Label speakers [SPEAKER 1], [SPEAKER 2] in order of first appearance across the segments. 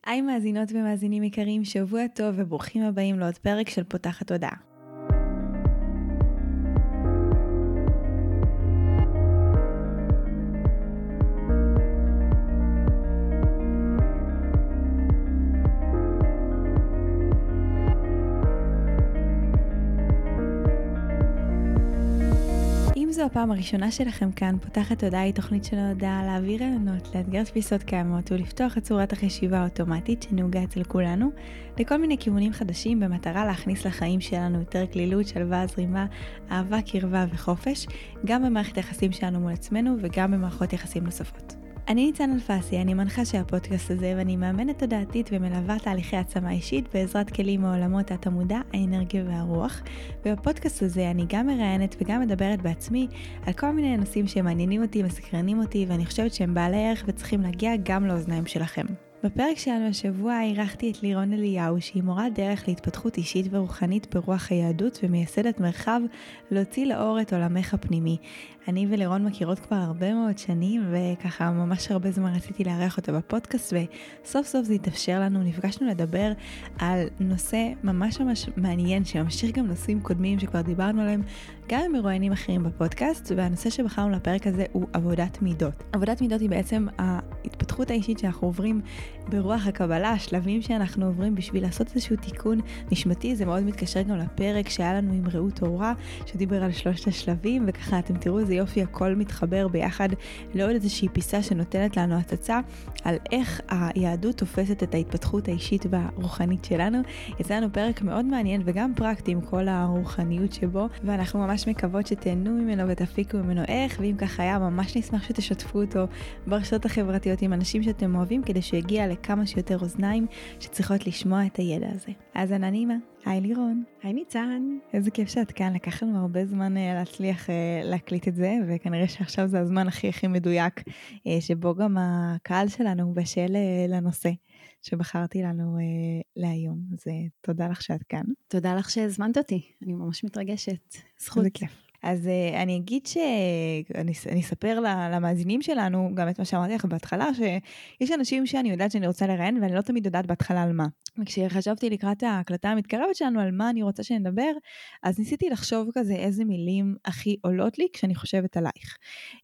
[SPEAKER 1] היי מאזינות ומאזינים יקרים, שבוע טוב וברוכים הבאים לעוד פרק של פותחת תודעה. אם זו הפעם הראשונה שלכם כאן, פותחת תודעה היא תוכנית שנועדה להעביר רעיונות, לאתגר תפיסות קיימות ולפתוח את צורת החשיבה האוטומטית שנהוגה אצל כולנו לכל מיני כיוונים חדשים במטרה להכניס לחיים שלנו יותר כלילות, שלווה, זרימה, אהבה, קרבה וחופש, גם במערכת היחסים שלנו מול עצמנו וגם במערכות יחסים נוספות. אני ניצן אלפסי, אני מנחה של הפודקאסט הזה ואני מאמנת תודעתית ומלווה תהליכי עצמה אישית בעזרת כלים מעולמות התמודע, האנרגיה והרוח. ובפודקאסט הזה אני גם מראיינת וגם מדברת בעצמי על כל מיני נושאים שמעניינים אותי, מסקרנים אותי, ואני חושבת שהם בעלי ערך וצריכים להגיע גם לאוזניים שלכם. בפרק שלנו השבוע אירחתי את לירון אליהו, שהיא מורה דרך להתפתחות אישית ורוחנית ברוח היהדות ומייסדת מרחב להוציא לאור את עולמך הפנימי. אני ולירון מכירות כבר הרבה מאוד שנים, וככה ממש הרבה זמן רציתי לארח אותה בפודקאסט, וסוף סוף זה התאפשר לנו. נפגשנו לדבר על נושא ממש מעניין, שממשיך גם נושאים קודמים שכבר דיברנו עליהם, גם עם מרואיינים אחרים בפודקאסט, והנושא שבחרנו לפרק הזה הוא עבודת מידות. עבודת מידות היא בעצם ההתפתחות האישית שאנחנו עוברים ברוח הקבלה, השלבים שאנחנו עוברים בשביל לעשות איזשהו תיקון נשמתי. זה מאוד מתקשר גם לפרק שהיה לנו עם רעות אורה, שדיבר על 3 השלבים, וככה אתם תראו איזה יופי, הכל מתחבר ביחד לעוד איזושהי פיסה שנותנת לנו הצצה על איך היהדות תופסת את ההתפתחות האישית והרוחנית שלנו. יצא לנו פרק מאוד מעניין וגם פרקטי עם כל הרוחניות שבו, ואנחנו ממש מקוות שתהנו ממנו ותפיקו ממנו איך, ואם כך היה ממש נשמח שתשתפו אותו ברשתות החברתיות עם אנשים שאתם אוהבים, כדי שיגיע לכמה שיותר אוזניים שצריכות לשמוע את הידע הזה. אז אנא נעימה. היי לירון.
[SPEAKER 2] היי ניצן.
[SPEAKER 1] איזה כיף שאת כאן, לקח לנו הרבה זמן להצליח להקליט את זה, וכנראה שעכשיו זה הזמן הכי מדויק, שבו גם הקהל שלנו בשל לנושא שבחרתי לנו להיום. אז תודה לך שאת כאן.
[SPEAKER 2] תודה לך שהזמנת אותי, אני ממש מתרגשת. זכות.
[SPEAKER 1] זה כיף. אז אני אגיד שאני אספר למאזינים שלנו גם את מה שאמרתי לך בהתחלה, שיש אנשים שאני יודעת שאני רוצה לראיין, ואני לא תמיד יודעת בהתחלה על מה. וכשחשבתי לקראת ההקלטה המתקרבת שלנו על מה אני רוצה שנדבר, אז ניסיתי לחשוב כזה איזה מילים הכי עולות לי כשאני חושבת עלייך.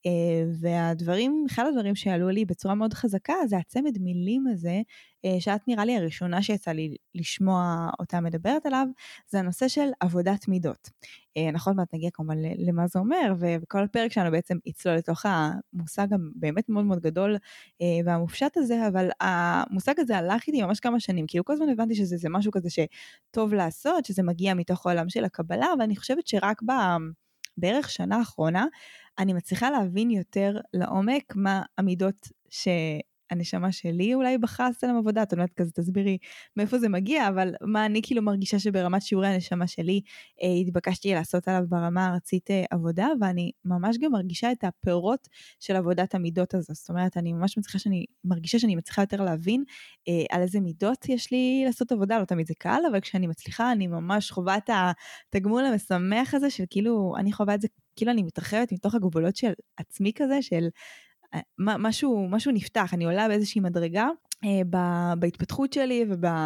[SPEAKER 1] אחד הדברים שעלו לי בצורה מאוד חזקה, זה הצמד מילים הזה, שאת נראה לי הראשונה שיצא לי לשמוע אותה מדברת עליו, זה הנושא של עבודת מידות. נכון, מה נגיע כמובן למה זה אומר, וכל הפרק שלנו בעצם יצלול לתוך המושג באמת מאוד מאוד גדול והמופשט הזה, אבל המושג הזה הלך איתי ממש כמה שנים, כאילו כל הזמן הבנתי שזה משהו כזה שטוב לעשות, שזה מגיע מתוך העולם של הקבלה, ואני חושבת שרק בערך שנה האחרונה, אני מצליחה להבין יותר לעומק מה המידות הנשמה שלי אולי בחרה לעשות להם עבודה. את אומרת כזה, תסבירי מאיפה זה מגיע, אבל מה אני כאילו מרגישה שברמת שיעורי הנשמה שלי התבקשתי לעשות עליו ברמה הארצית עבודה, ואני ממש גם מרגישה את הפירות של עבודת המידות הזו. זאת אומרת, אני ממש מרגישה שאני מצליחה יותר להבין על איזה מידות יש לי לעשות עבודה. לא תמיד זה קל, אבל כשאני מצליחה, אני ממש חווה את התגמול המשמח הזה של כאילו, אני חווה את זה, כאילו אני מתרחבת מתוך הגבולות של עצמי כזה, של משהו נפתח, אני עולה באיזושהי מדרגה בהתפתחות שלי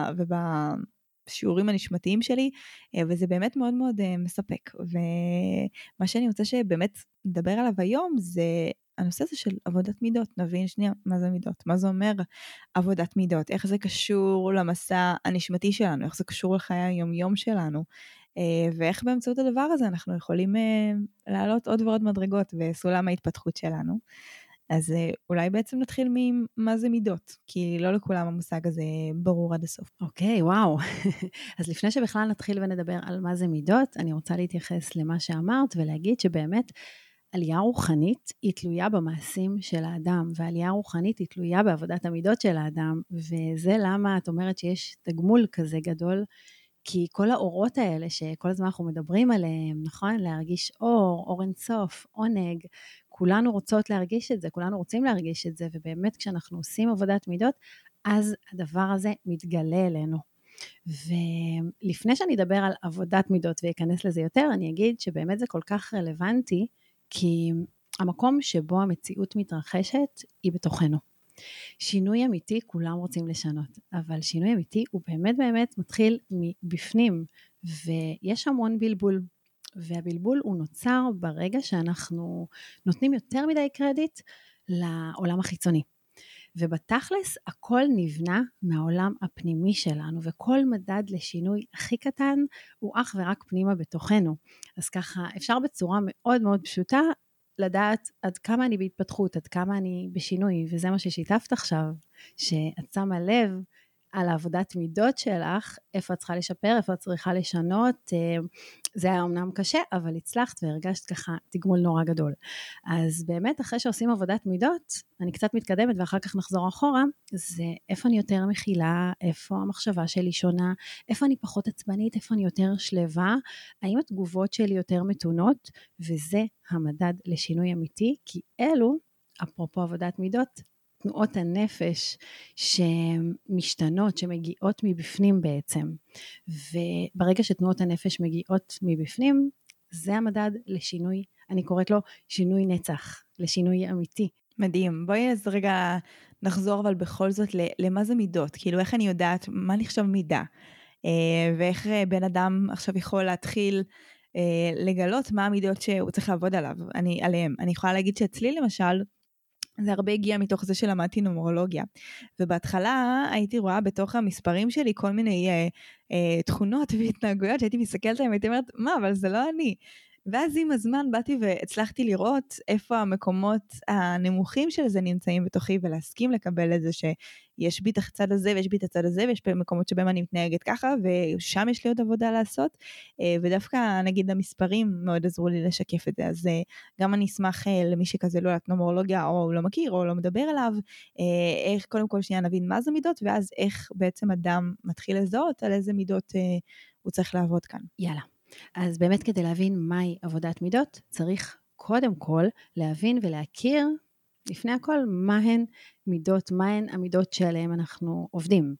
[SPEAKER 1] ובשיעורים הנשמתיים שלי, וזה באמת מאוד מאוד מספק. ומה שאני רוצה שבאמת נדבר עליו היום זה הנושא הזה של עבודת מידות. נבין שנייה מה זה מידות, מה זה אומר עבודת מידות, איך זה קשור למסע הנשמתי שלנו, איך זה קשור לחיי היום-יום שלנו, ואיך באמצעות הדבר הזה אנחנו יכולים לעלות עוד ועוד מדרגות בסולם ההתפתחות שלנו. אז אולי בעצם נתחיל ממה זה מידות, כי לא לכולם המושג הזה ברור עד הסוף.
[SPEAKER 2] אוקיי, וואו. אז לפני שבכלל נתחיל ונדבר על מה זה מידות, אני רוצה להתייחס למה שאמרת, ולהגיד שבאמת עלייה רוחנית היא תלויה במעשים של האדם, ועלייה רוחנית היא תלויה בעבודת המידות של האדם, וזה למה את אומרת שיש תגמול כזה גדול, כי כל האורות האלה שכל הזמן אנחנו מדברים עליהם, נכון? להרגיש אור אינסוף, עונג, כולנו רוצות להרגיש את זה, כולנו רוצים להרגיש את זה, ובאמת כשאנחנו עושים עבודת מידות, אז הדבר הזה מתגלה אלינו. ולפני שאני אדבר על עבודת מידות ואכנס לזה יותר, אני אגיד שבאמת זה כל כך רלוונטי, כי המקום שבו המציאות מתרחשת היא בתוכנו. שינוי אמיתי, כולם רוצים לשנות, אבל שינוי אמיתי הוא באמת באמת מתחיל מבפנים, ויש המון בלבול, והבלבול הוא נוצר ברגע שאנחנו נותנים יותר מדי קרדיט לעולם החיצוני. ובתכלס הכל נבנה מהעולם הפנימי שלנו, וכל מדד לשינוי הכי קטן הוא אך ורק פנימה בתוכנו. אז ככה אפשר בצורה מאוד מאוד פשוטה לדעת עד כמה אני בהתפתחות, עד כמה אני בשינוי, וזה מה ששיתפת עכשיו, שאת שמה לב על העבודת מידות שלך, איפה את צריכה לשפר, איפה את צריכה לשנות, זה היה אמנם קשה, אבל הצלחת והרגשת ככה תגמול נורא גדול. אז באמת אחרי שעושים עבודת מידות, אני קצת מתקדמת ואחר כך נחזור אחורה, זה איפה אני יותר מכילה, איפה המחשבה שלי שונה, איפה אני פחות עצבנית, איפה אני יותר שלווה, האם התגובות שלי יותר מתונות, וזה המדד לשינוי אמיתי, כי אלו, אפרופו עבודת מידות, תנועות הנפש שמשתנות, שמגיעות מבפנים בעצם, וברגע שתנועות הנפש מגיעות מבפנים, זה המדד לשינוי, אני קוראת לו שינוי נצח, לשינוי אמיתי.
[SPEAKER 1] מדהים, בואי אז רגע נחזור אבל בכל זאת למה זה מידות, כאילו איך אני יודעת מה נחשב מידה, ואיך בן אדם עכשיו יכול להתחיל לגלות מה המידות שהוא צריך לעבוד עליהם. אני יכולה להגיד שאצלי למשל, זה הרבה הגיע מתוך זה שלמדתי נומרולוגיה, ובהתחלה הייתי רואה בתוך המספרים שלי כל מיני תכונות והתנהגויות שהייתי מסתכלת עליהם, הייתי אומרת, מה, אבל זה לא אני. ואז עם הזמן באתי והצלחתי לראות איפה המקומות הנמוכים של זה נמצאים בתוכי, ולהסכים לקבל את זה שיש בי את הצד הזה ויש בי את הצד הזה, ויש מקומות שבהם אני מתנהגת ככה, ושם יש לי עוד עבודה לעשות, ודווקא נגיד המספרים מאוד עזרו לי לשקף את זה, אז גם אני אשמח למי שכזה לא יודעת נומרולוגיה, או לא מכיר או לא מדבר עליו, איך קודם כל שנייה נבין מה זה מידות, ואז איך בעצם אדם מתחיל לזהות על איזה מידות הוא צריך לעבוד כאן.
[SPEAKER 2] יאללה. אז באמת כדי להבין מהי עבודת מידות, צריך קודם כל להבין ולהכיר לפני הכל מהן מידות, מהן המידות שעליהן אנחנו עובדים.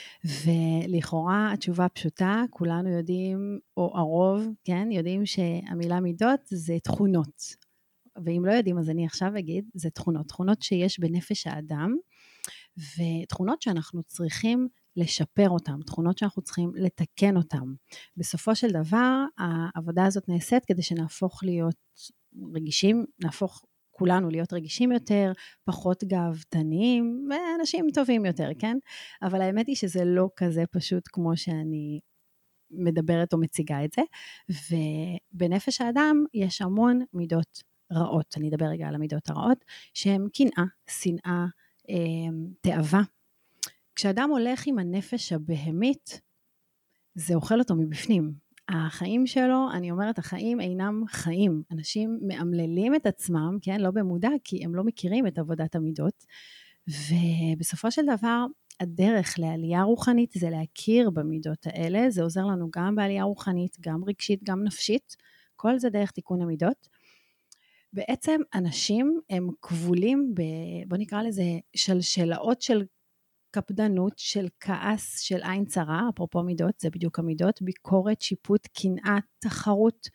[SPEAKER 2] ולכאורה התשובה פשוטה, כולנו יודעים, או הרוב, כן, יודעים שהמילה מידות זה תכונות. ואם לא יודעים אז אני עכשיו אגיד, זה תכונות, תכונות שיש בנפש האדם, ותכונות שאנחנו צריכים לשפר אותם, תכונות שאנחנו צריכים לתקן אותם. בסופו של דבר, העבודה הזאת נעשית כדי שנהפוך להיות רגישים, נהפוך כולנו להיות רגישים יותר, פחות גאוותניים, ואנשים טובים יותר, כן? אבל האמת היא שזה לא כזה פשוט כמו שאני מדברת או מציגה את זה, ובנפש האדם יש המון מידות רעות, אני אדבר רגע על המידות הרעות, שהן קנאה, שנאה, תאווה. כשאדם הולך עם הנפש הבהמית, זה אוכל אותו מבפנים. החיים שלו, אני אומרת, החיים אינם חיים. אנשים מאמללים את עצמם, כן, לא במודע, כי הם לא מכירים את עבודת המידות, ובסופו של דבר, הדרך לעלייה רוחנית זה להכיר במידות האלה, זה עוזר לנו גם בעלייה רוחנית, גם רגשית, גם נפשית, כל זה דרך תיקון המידות. בעצם אנשים הם כבולים, בוא נקרא לזה, שלשלאות של קפדנות, של כעס, של עין צרה, אפרופו מידות, זה בדיוק המידות, ביקורת, שיפוט, קנאה, תחרות,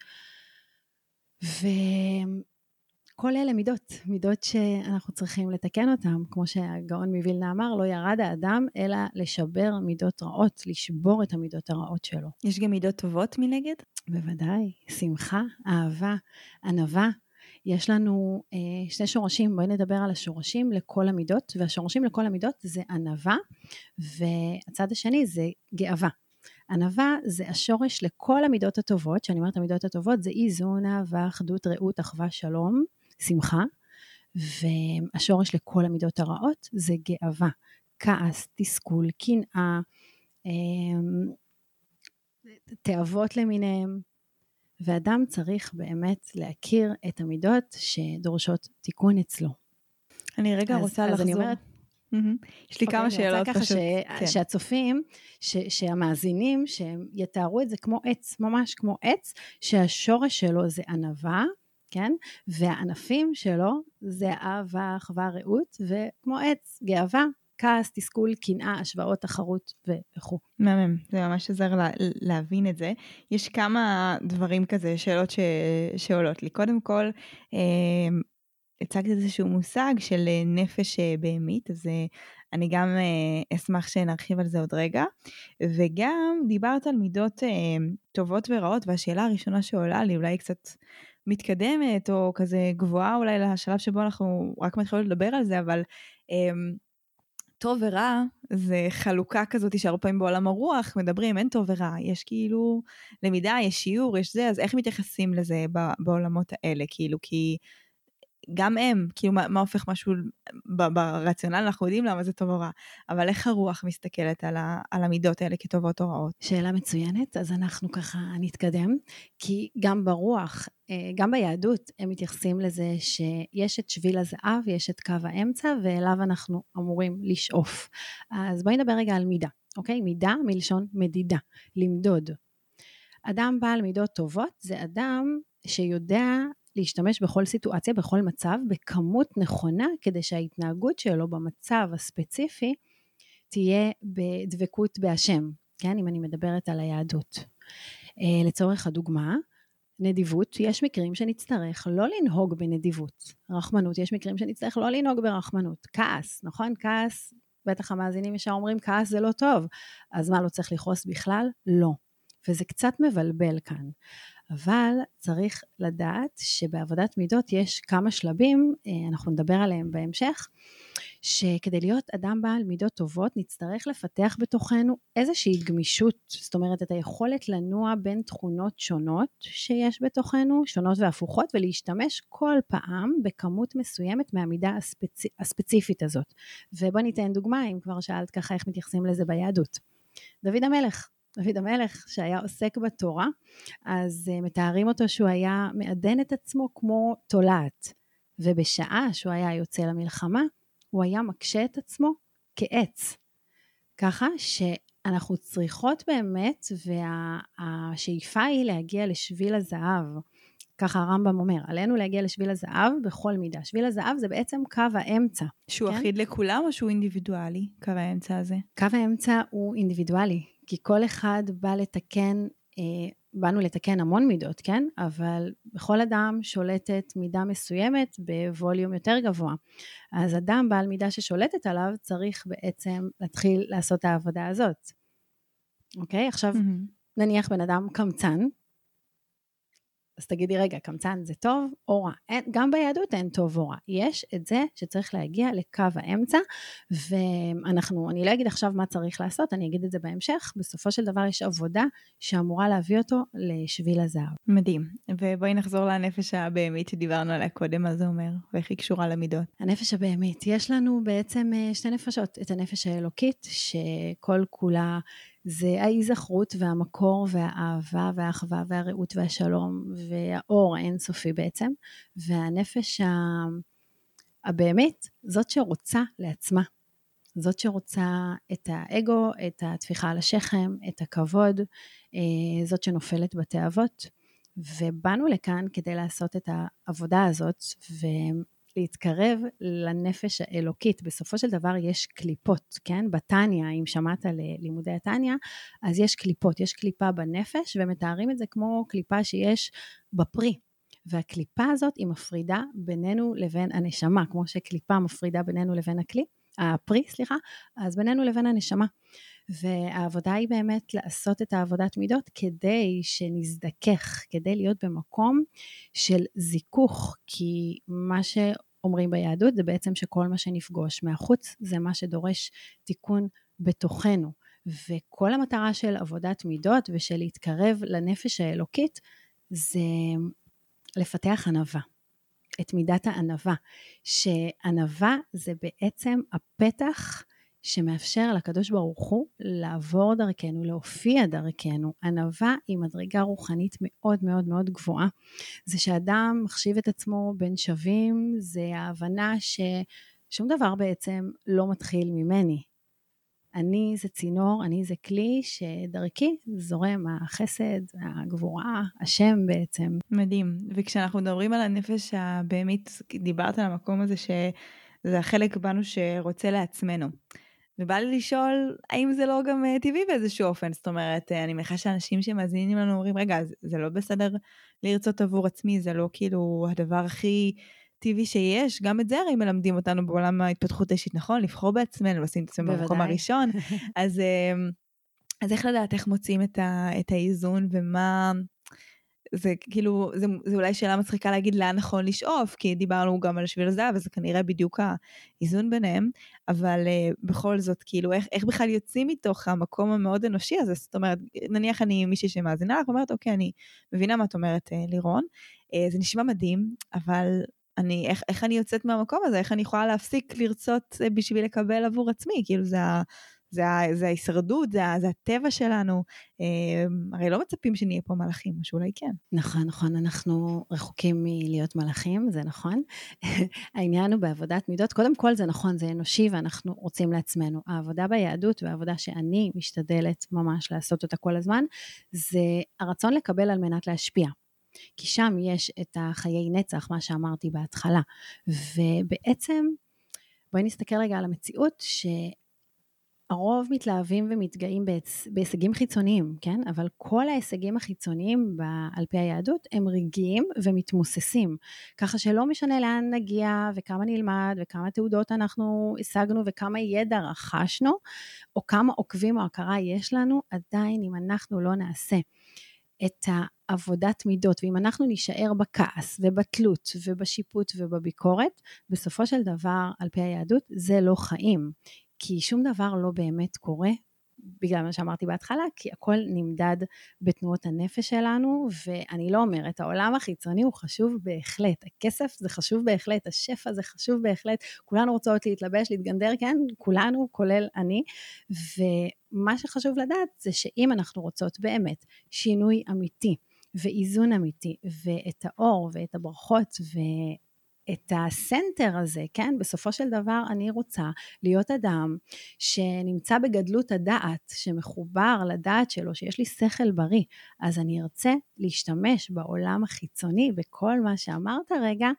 [SPEAKER 2] וכל אלה מידות שאנחנו צריכים לתקן אותם, כמו שהגאון מווילנה אמר, לא ירד האדם, אלא לשבר מידות רעות, לשבור את המידות הרעות שלו.
[SPEAKER 1] יש גם מידות טובות מנגד?
[SPEAKER 2] בוודאי, שמחה, אהבה, ענווה, יש לנו שני שורשים, בואי נדבר על השורשים לכל המידות, והשורשים לכל המידות זה ענווה, והצד השני זה גאווה. ענווה זה השורש לכל המידות הטובות, שאני אומרת המידות הטובות, זה איזון, אהבה, אחדות, רעות, אחווה, שלום, שמחה, והשורש לכל המידות הרעות זה גאווה, כעס, תסכול, קנאה, תאוות למיניהם, ואדם צריך באמת להכיר את המידות שדורשות תיקון אצלו.
[SPEAKER 1] אני רגע רוצה לחזור.
[SPEAKER 2] אז אני אומרת,
[SPEAKER 1] יש לי כמה שאלות פשוט.
[SPEAKER 2] שהצופים, שהמאזינים, שהם יתארו את זה כמו עץ, ממש כמו עץ, שהשורש שלו זה ענווה, כן? והענפים שלו זה אהבה, אחווה, רעות, וכמו עץ, גאווה, כעס, תסכול, קנאה, השוואות, תחרות וכו'.
[SPEAKER 1] מהמם, זה ממש עזר להבין את זה. יש כמה דברים כזה, שאלות שעולות לי. קודם כל, הצגת איזשהו מושג של נפש בהמית, אז אני גם אשמח שנרחיב על זה עוד רגע, וגם דיברת על מידות טובות ורעות, והשאלה הראשונה שעולה לי אולי קצת מתקדמת, או כזה גבוהה אולי לשלב שבו אנחנו רק מתחילות לדבר על זה, אבל טוב ורע זה חלוקה כזאת שהרבה פעמים בעולם הרוח מדברים, אין טוב ורע, יש כאילו למידה, יש שיעור, יש זה, אז איך מתייחסים לזה בעולמות האלה, כאילו, כי גם הם, כאילו מה הופך משהו ברציונל, אנחנו יודעים למה זה טוב או רע, אבל איך הרוח מסתכלת על המידות האלה כטובות או רעות?
[SPEAKER 2] שאלה מצוינת, אז אנחנו ככה נתקדם, כי גם ברוח, גם ביהדות, הם מתייחסים לזה שיש את שביל הזהב, יש את קו האמצע, ואליו אנחנו אמורים לשאוף. אז בואי נדבר רגע על מידה, אוקיי? מידה מלשון מדידה, למדוד. אדם בעל מידות טובות, זה אדם שיודע להשתמש בכל סיטואציה, בכל מצב, בכמות נכונה, כדי שההתנהגות שלו במצב הספציפי, תהיה בדבקות בהשם, כן? אם אני מדברת על היהדות. לצורך הדוגמה, נדיבות, יש מקרים שנצטרך לא לנהוג בנדיבות. רחמנות, יש מקרים שנצטרך לא לנהוג ברחמנות. כעס, נכון? כעס, בטח המאזינים ישר אומרים, כעס זה לא טוב. אז מה, לא צריך לכעוס בכלל? לא. וזה קצת מבלבל כאן. אבל צריך לדעת שבעבודת מידות יש כמה שלבים, אנחנו נדבר עליהם בהמשך, שכדי להיות אדם בעל מידות טובות, נצטרך לפתח בתוכנו איזושהי גמישות, זאת אומרת, את היכולת לנוע בין תכונות שונות שיש בתוכנו, שונות והפוכות, ולהשתמש כל פעם בכמות מסוימת מהמידה הספציפית הזאת. ובוא ניתן דוגמה, אם כבר שאלת ככה איך מתייחסים לזה ביהדות. דוד המלך שהיה עוסק בתורה, אז מתארים אותו שהוא היה מעדן את עצמו כמו תולעת, ובשעה שהוא היה יוצא למלחמה, הוא היה מקשה את עצמו כעץ. ככה שאנחנו צריכות באמת, והשאיפה היא להגיע לשביל הזהב. ככה הרמב"ם אומר, עלינו להגיע לשביל הזהב בכל מידה. שביל הזהב זה בעצם קו האמצע.
[SPEAKER 1] שהוא אחיד לכולם או שהוא אינדיבידואלי, קו האמצע הזה?
[SPEAKER 2] קו האמצע הוא אינדיבידואלי, כי כל אחד באנו לתקן המון מידות, כן? אבל בכל אדם שולטת מידה מסוימת בווליום יותר גבוה. אז אדם בעל מידה ששולטת עליו צריך בעצם להתחיל לעשות את העבודה הזאת. אוקיי? עכשיו נניח בן אדם קמצן, אז תגידי רגע, קמצן זה טוב או רע? גם ביהדות אין טוב או רע. יש את זה שצריך להגיע לקו האמצע, אני לא אגיד עכשיו מה צריך לעשות, אני אגיד את זה בהמשך, בסופו של דבר יש עבודה שאמורה להביא אותו לשביל הזהב.
[SPEAKER 1] מדהים, ובואי נחזור לנפש הבהמית שדיברנו עליה קודם, מה זה אומר, ואיך היא קשורה למידות.
[SPEAKER 2] הנפש הבהמית, יש לנו בעצם שתי נפשות, את הנפש האלוקית, שכל כולה זה ההיזכרות והמקור והאהבה והאחווה והרעות והשלום והאור האינסופי בעצם, והנפש הבאמת זאת שרוצה לעצמה, זאת שרוצה את האגו, את התפיחה על השכם, את הכבוד, זאת שנופלת בתאוות, ובאנו לכאן כדי לעשות את העבודה הזאת להתקרב לנפש האלוקית. בסופו של דבר יש קליפות, כן? בתניה, אם שמעת על לימודי התניה, אז יש קליפות, יש קליפה בנפש, ומתארים את זה כמו קליפה שיש בפרי. והקליפה הזאת היא מפרידה בינינו לבין הנשמה, כמו שקליפה מפרידה בינינו לבין הפרי, אז בינינו לבין הנשמה. והעבודה היא באמת לעשות את העבודת מידות כדי שנזדכך, כדי להיות במקום של זיכוך, כי מה שאומרים ביהדות זה בעצם שכל מה שנפגוש מהחוץ זה מה שדורש תיקון בתוכנו, וכל המטרה של עבודת מידות ושל להתקרב לנפש האלוקית זה לפתח ענווה. את מידת הענווה, שענווה זה בעצם הפתח שמאפשר לקדוש ברוך הוא לעבור דרכנו, להופיע דרכנו. ענווה היא מדרגה רוחנית מאוד מאוד מאוד גבוהה. זה שאדם מחשיב את עצמו בין שווים, זה ההבנה ששום דבר בעצם לא מתחיל ממני. אני זה צינור, אני זה כלי שדרכי זורם החסד, הגבורה, השם בעצם.
[SPEAKER 1] מדהים, וכשאנחנו מדברים על הנפש הבאמית, דיברת על המקום הזה שזה החלק בנו שרוצה לעצמנו. ובא לי לשאול, האם זה לא גם טבעי באיזשהו אופן? זאת אומרת, אני מניחה שאנשים שמאזינים לנו אומרים, רגע, זה לא בסדר לרצות עבור עצמי, זה לא כאילו הדבר הכי טבעי שיש, גם את זה הרי מלמדים אותנו בעולם ההתפתחות האישית, נכון? לבחור בעצמנו, לשים את עצמנו במקום הראשון, אז איך לדעת איך מוצאים את האיזון, ומה, זה כאילו, זה אולי שאלה מצחיקה להגיד לאן נכון לשאוף, כי דיברנו גם על שביל הזהב, וזה כנראה בדיוק האיזון ביניהם, אבל בכל זאת, כאילו, איך בכלל יוצאים מתוך המקום המאוד אנושי הזה, זאת אומרת, נניח אני מישהי שמאזינה לך, אומרת, אוקיי, אני מבינה מה את אומרת, לירון, זה נשמע מדהים, אבל איך אני יוצאת מהמקום הזה, איך אני יכולה להפסיק לרצות בשביל לקבל עבור עצמי, כאילו זה ההישרדות, זה הטבע שלנו, הרי לא מצפים שנהיה פה מלאכים, או שאולי כן.
[SPEAKER 2] נכון, נכון, אנחנו רחוקים מלהיות מלאכים, זה נכון. העניין הוא בעבודת מידות, קודם כל זה נכון, זה אנושי, ואנחנו רוצים לעצמנו. העבודה ביהדות, והעבודה שאני משתדלת ממש לעשות אותה כל הזמן, זה הרצון לקבל על מנת להשפיע. כי שם יש את החיי נצח, מה שאמרתי בהתחלה. ובעצם, בואי נסתכל רגע על המציאות, הרוב מתלהבים ומתגאים בהישגים חיצוניים, כן? אבל כל ההישגים החיצוניים על פי היהדות הם רגעיים ומתמוססים, ככה שלא משנה לאן נגיע וכמה נלמד וכמה תעודות אנחנו השגנו וכמה ידע רכשנו, או כמה עוקבים או הכרה יש לנו, עדיין אם אנחנו לא נעשה את העבודת מידות, ואם אנחנו נשאר בכעס ובתלות ובשיפוט ובביקורת, בסופו של דבר על פי היהדות זה לא חיים, כי שום דבר לא באמת קורה, בגלל מה שאמרתי בהתחלה, כי הכל נמדד בתנועות הנפש שלנו, ואני לא אומרת, העולם החיצוני הוא חשוב בהחלט, הכסף זה חשוב בהחלט, השפע זה חשוב בהחלט, כולנו רוצות להתלבש, להתגנדר, כן? כולנו, כולל אני, ומה שחשוב לדעת זה שאם אנחנו רוצות באמת שינוי אמיתי, ואיזון אמיתי, ואת האור ואת הברכות את הסנטר הזה, כן? בסופו של דבר אני רוצה להיות אדם שנמצא בגדלות הדעת, שמחובר לדעת שלו, שיש לי שכל בריא, אז אני ארצה להשתמש בעולם החיצוני, בכל מה שאמרת רגע,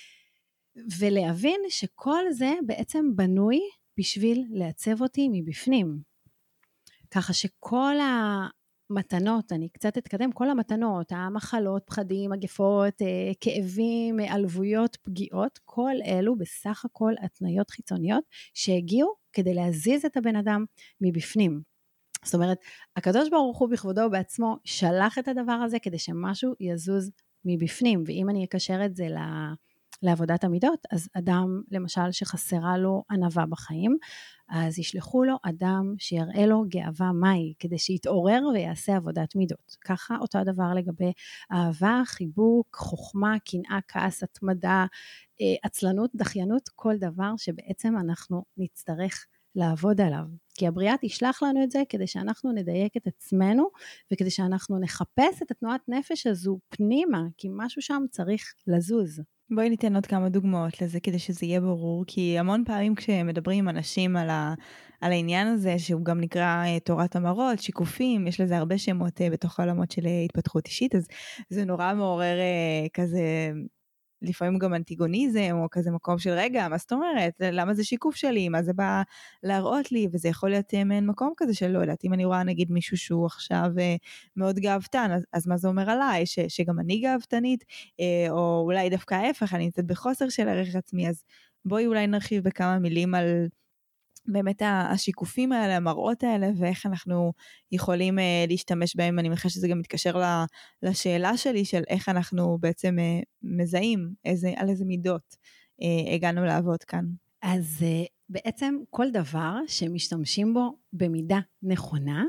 [SPEAKER 2] ולהבין שכל זה בעצם בנוי בשביל לעצב אותי מבפנים. ככה שכל מתנות, אני קצת אתקדם, כל המתנות, המחלות, פחדים, מגפות, כאבים, עלבויות, פגיעות, כל אלו בסך הכל התניות חיצוניות שהגיעו כדי להזיז את הבן אדם מבפנים. זאת אומרת, הקדוש ברוך הוא בכבודו בעצמו שלח את הדבר הזה כדי שמשהו יזוז מבפנים, ואם אני אקשר את זה לעבודת המידות, אז אדם למשל שחסרה לו ענווה בחיים, אז ישלחו לו אדם שיראה לו גאווה מהי, כדי שיתעורר ויעשה עבודת מידות. ככה אותו הדבר לגבי אהבה, חיבוק, חוכמה, קנאה, כעס, התמדה, עצלנות, דחיינות, כל דבר שבעצם אנחנו נצטרך לעבוד עליו. כי הבריאה תשלח לנו את זה כדי שאנחנו נדייק את עצמנו, וכדי שאנחנו נחפש את התנועת נפש הזו פנימה, כי משהו שם צריך לזוז.
[SPEAKER 1] בואי ניתן עוד כמה דוגמאות לזה כדי שזה יהיה ברור, כי המון פעמים כשמדברים עם אנשים על העניין הזה, שהוא גם נקרא תורת המראות, שיקופים, יש לזה הרבה שמות בתוך העולמות של התפתחות אישית, אז זה נורא מעורר כזה, לפעמים גם אנטיגוניזם, או כזה מקום של רגע, מה זאת אומרת? למה זה שיקוף שלי? מה זה בא להראות לי? וזה יכול להיות מעין מקום כזה של לא יודעת, אם אני רואה נגיד מישהו שהוא עכשיו מאוד גאוותן, אז מה זה אומר עליי? שגם אני גאוותנית, או אולי דווקא ההפך, אני נמצאת בחוסר של ערך עצמי, אז בואי אולי נרחיב בכמה מילים על באמת השיקופים האלה, המראות האלה, ואיך אנחנו יכולים להשתמש בהם. אני מניחה שזה גם מתקשר לשאלה שלי, של איך אנחנו בעצם מזהים, על איזה מידות הגענו לעבוד כאן.
[SPEAKER 2] אז בעצם כל דבר שמשתמשים בו במידה נכונה,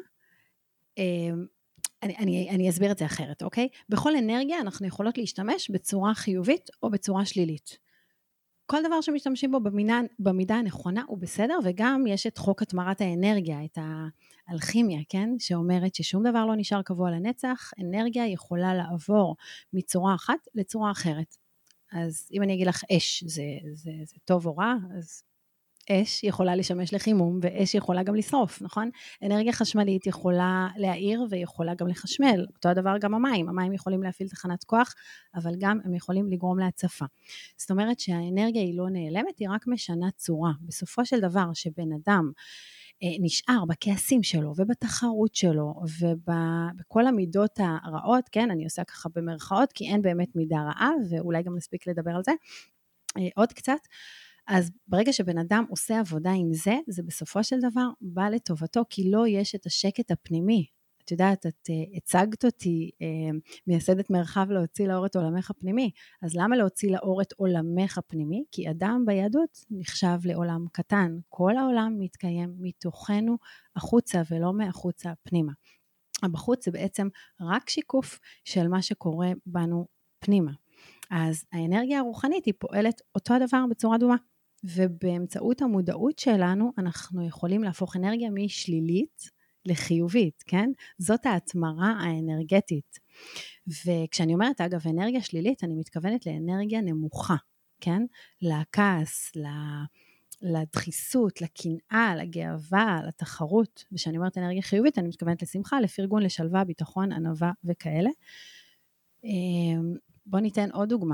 [SPEAKER 2] אני אסביר את זה אחרת, אוקיי? בכל אנרגיה אנחנו יכולות להשתמש בצורה חיובית או בצורה שלילית. כל דבר שמשתמשים בו במידה הנכונה הוא בסדר, וגם יש את חוק התמרת האנרגיה, את האלכימיה, כן? שאומרת ששום דבר לא נשאר קבוע לנצח, אנרגיה יכולה לעבור מצורה אחת לצורה אחרת. אז אם אני אגיד לך אש, זה טוב או רע, אז אש יכולה לשמש לחימום, ואש יכולה גם לשרוף, נכון? אנרגיה חשמלית יכולה להעיר, ויכולה גם לחשמל. אותו הדבר גם המים יכולים להפעיל תחנת כוח, אבל גם הם יכולים לגרום להצפה. זאת אומרת שהאנרגיה היא לא נעלמת, היא רק משנה צורה. בסופו של דבר שבן אדם נשאר בכעסים שלו, ובתחרות שלו, ובכל המידות הרעות, כן, אני עושה ככה במרכאות, כי אין באמת מידה רעה, ואולי גם נספיק לדבר על זה, עוד קצת, אז ברגע שבן אדם עושה עבודה עם זה, זה בסופו של דבר בא לטובתו, כי לא יש את השקט הפנימי. את יודעת, את הצגת אותי, מייסדת מרחב להוציא לאור את עולמך הפנימי, אז למה להוציא לאור את עולמך הפנימי? כי אדם ביהדות נחשב לעולם קטן, כל העולם מתקיים מתוכנו החוצה ולא מהחוצה פנימה. הבחוץ זה בעצם רק שיקוף של מה שקורה בנו פנימה. אז האנרגיה הרוחנית היא פועלת אותו הדבר בצורה דומה, ובאמצעות המודעות שלנו אנחנו יכולים להפוך אנרגיה משלילית לחיובית, כן? זאת ההתמרה האנרגטית. וכשאני אומרת אגב אנרגיה שלילית, אני מתכוונת לאנרגיה נמוכה, כן? לכעס, לדחיסות, לקנאה, לגאווה, לתחרות, ושאני אומרת אנרגיה חיובית, אני מתכוונת לשמחה, לפרגון, לשלווה, ביטחון, ענווה וכאלה. בוא ניתן עוד דוגמה.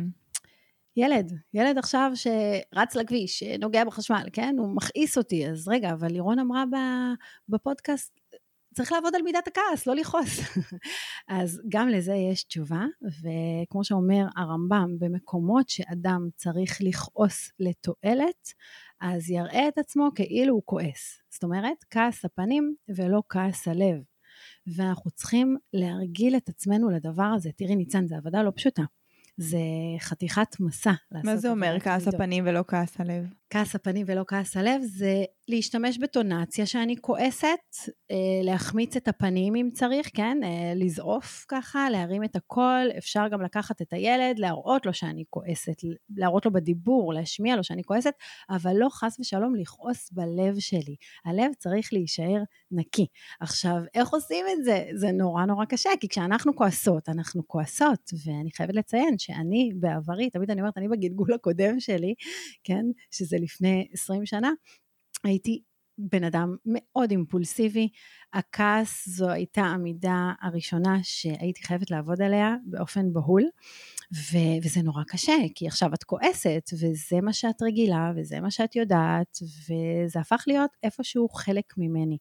[SPEAKER 2] ילד עכשיו שרץ לכביש, נוגע בחשמל, כן? הוא מכעיס אותי, אז רגע, אבל לירון אמרה בפודקאסט, צריך לעבוד על מידת הכעס, לא לכעוס. אז גם לזה יש תשובה, וכמו שאומר הרמב"ם, במקומות שאדם צריך לכעוס לתועלת, אז יראה את עצמו כאילו הוא כועס. זאת אומרת, כעס הפנים ולא כעס הלב. ואנחנו צריכים להרגיל את עצמנו לדבר הזה. תראי ניצן, זה עבודה לא פשוטה. זה חתיכת מסע.
[SPEAKER 1] מה זה אומר כעס הפנים ולא כעס הלב?
[SPEAKER 2] כעס הפנים ולא כעס הלב זה להשתמש בטונציה שאני כועסת, להחמיץ את הפנים אם צריך, כן? לזעוף ככה, להרים את הכל, אפשר גם לקחת את הילד, להראות לו שאני כועסת, להראות לו בדיבור, להשמיע לו שאני כועסת, אבל לא חס ושלום לכעוס בלב שלי. הלב צריך להישאר נקי. עכשיו, איך עושים את זה? זה נורא נורא קשה, כי כשאנחנו כועסות, אנחנו כועסות, ואני חייבת לציין שאני בעברי, תמיד אני אומרת, אני בגלגול הקודם שלי, כן? שזה לפני 20 שנה, הייתי בן אדם מאוד אימפולסיבי, הכעס זו הייתה המידה הראשונה שהייתי חייבת לעבוד עליה באופן בהול, וזה נורא קשה, כי עכשיו את כועסת, וזה מה שאת רגילה, וזה מה שאת יודעת, וזה הפך להיות איפשהו חלק ממני.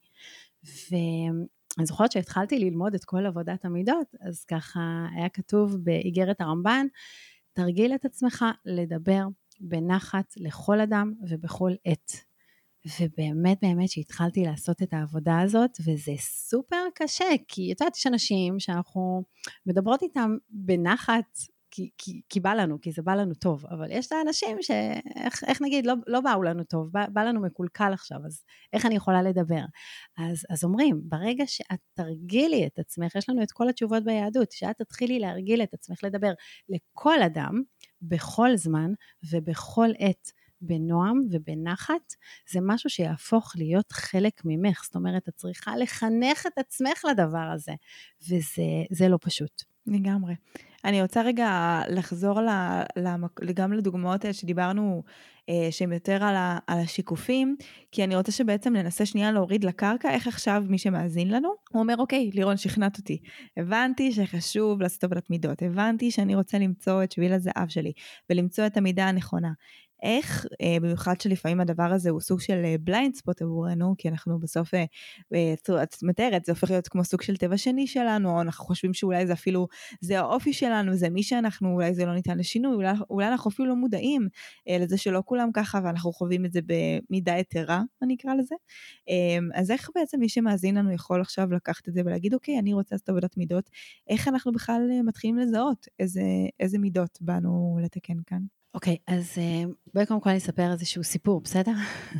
[SPEAKER 2] ואני זוכרת שהתחלתי ללמוד את כל עבודת המידות, אז ככה היה כתוב באיגרת הרמב"ן, תרגיל את עצמך לדבר בנחת לכל אדם ובכל עת. ובאמת שהתחלתי לעשות את העבודה הזאת, וזה סופר קשה, כי את יודעת, יש אנשים שאנחנו מדברות איתם בנחת, כי בא לנו, כי זה בא לנו טוב, אבל יש את האנשים איך נגיד, לא באו לנו טוב, בא לנו מקולקל עכשיו, אז איך אני יכולה לדבר? אז אומרים, ברגע שאת תרגילי את עצמך, יש לנו את כל התשובות ביהדות, שאת תתחילי להרגיל את עצמך לדבר לכל אדם, בכל זמן ובכל עת, בנועם ובנחת, זה משהו שיהפוך להיות חלק ממך, זאת אומרת, את צריכה לחנך את עצמך לדבר הזה, וזה לא פשוט.
[SPEAKER 1] לגמרי. אני רוצה רגע לחזור גם לדוגמאות שדיברנו, שהן יותר על השיקופים, כי אני רוצה שבעצם ננסה שנייה להוריד לקרקע, איך עכשיו מי שמאזין לנו, הוא אומר, אוקיי, לירון, שכנעת אותי. הבנתי שחשוב לעשות עבודת מידות, הבנתי שאני רוצה למצוא את שביל הזהב שלי, ולמצוא את המידה הנכונה. איך, במיוחד שלפעמים הדבר הזה הוא סוג של בליינד ספוט עבורנו, כי אנחנו בסוף, את מתארת, זה הופך להיות כמו סוג של טבע שני שלנו, או אנחנו חושבים שאולי זה אפילו, זה האופי שלנו, זה מי שאנחנו, אולי זה לא ניתן לשינוי, אולי אנחנו אפילו לא מודעים לזה שלא כולם ככה, ואנחנו חווים את זה במידה יתרה, אני אקרא לזה. אז איך בעצם מי שמאזין לנו יכול עכשיו לקחת את זה ולהגיד, אוקיי, אני רוצה לעשות עבודת מידות, איך אנחנו בכלל מתחילים לזהות איזה מידות באנו לתקן כאן?
[SPEAKER 2] אוקיי, אז בואי קודם כל אני אספר איזשהו סיפור, בסדר?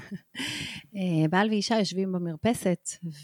[SPEAKER 2] בעל ואישה יושבים במרפסת,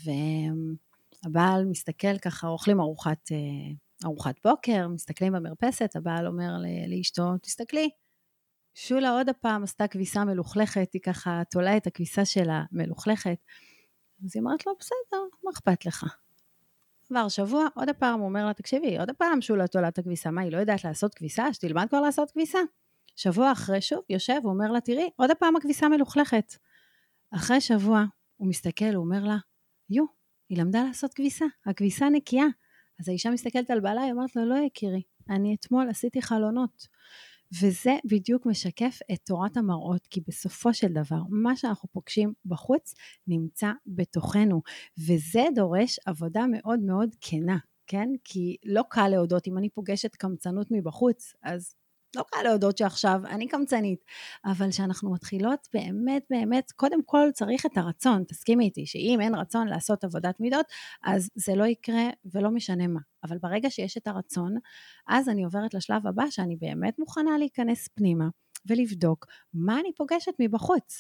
[SPEAKER 2] והבעל מסתכל ככה, אוכלים ארוחת בוקר, מסתכלים במרפסת, הבעל אומר לאשתו, תסתכלי, שולה עוד הפעם עשתה כביסה מלוכלכת, היא ככה תולה את הכביסה שלה מלוכלכת, אז היא אמרת לו, בסדר, מה אכפת לך? עבר שבוע, עוד הפעם הוא אומר לה, תקשיבי, עוד הפעם שולה תולה את הכביסה, מה, היא לא יודעת לעשות כביסה? שתלמד כבר לעשות כביסה. שבוע אחרי שוב, יושב, הוא אומר לה, תראי, עוד הפעם הכביסה מלוכלכת. אחרי שבוע, הוא מסתכל, הוא אומר לה, היא למדה לעשות כביסה, הכביסה נקייה. אז האישה מסתכלת על בעלה, היא אומרת לו, לא יקירי, אני אתמול עשיתי חלונות. וזה בדיוק משקף את תורת המראות, כי בסופו של דבר, מה שאנחנו פוגשים בחוץ, נמצא בתוכנו, וזה דורש עבודה מאוד מאוד כנה, כן? כי לא קל להודות, אם אני פוגשת קמצנות מבחוץ, אז לא קל להודות שעכשיו אני קמצנית, אבל שאנחנו מתחילות באמת, קודם כל צריך את הרצון, תסכימי איתי, שאם אין רצון לעשות עבודת מידות, אז זה לא יקרה ולא משנה מה. אבל ברגע שיש את הרצון, אז אני עוברת לשלב הבא, שאני באמת מוכנה להיכנס פנימה, ולבדוק מה אני פוגשת מבחוץ,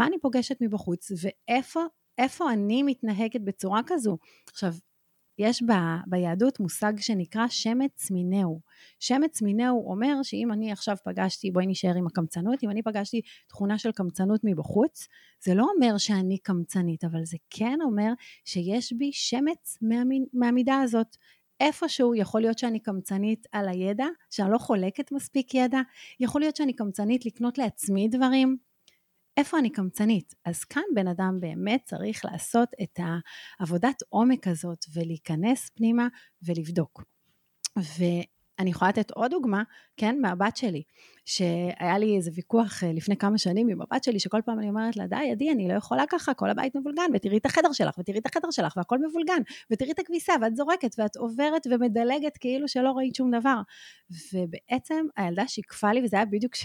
[SPEAKER 2] ואיפה אני מתנהגת בצורה כזו. עכשיו, יש ביהדות מושג שנקרא שמץ מינהו. שמץ מינהו אומר שאם אני עכשיו פגשתי, בואי נשאר עם הקמצנות, אם אני פגשתי תכונה של קמצנות מבחוץ, זה לא אומר שאני קמצנית, אבל זה כן אומר שיש בי שמץ מהמידה הזאת. איפשהו יכול להיות שאני קמצנית על הידע, שאני לא חולקת מספיק ידע, יכול להיות שאני קמצנית לקנות לעצמי דברים, איפה אני קמצנית? אז כאן בן אדם באמת צריך לעשות את העבודת עומק הזאת, ולהיכנס פנימה ולבדוק. ואני יכולה לתת עוד דוגמה, כן, מהבת שלי, שהיה לי איזה ויכוח לפני כמה שנים עם הבת שלי, שכל פעם אני אומרת לה, די, עדי, אני לא יכולה ככה, כל הבית מבולגן, ותראי את החדר שלך, ותראי את החדר שלך, והכל מבולגן, ותראי את הכביסה, ואת זורקת, ואת עוברת ומדלגת כאילו שלא ראית שום דבר. ובעצם הילדה שיקפה לי, וזה היה בדיוק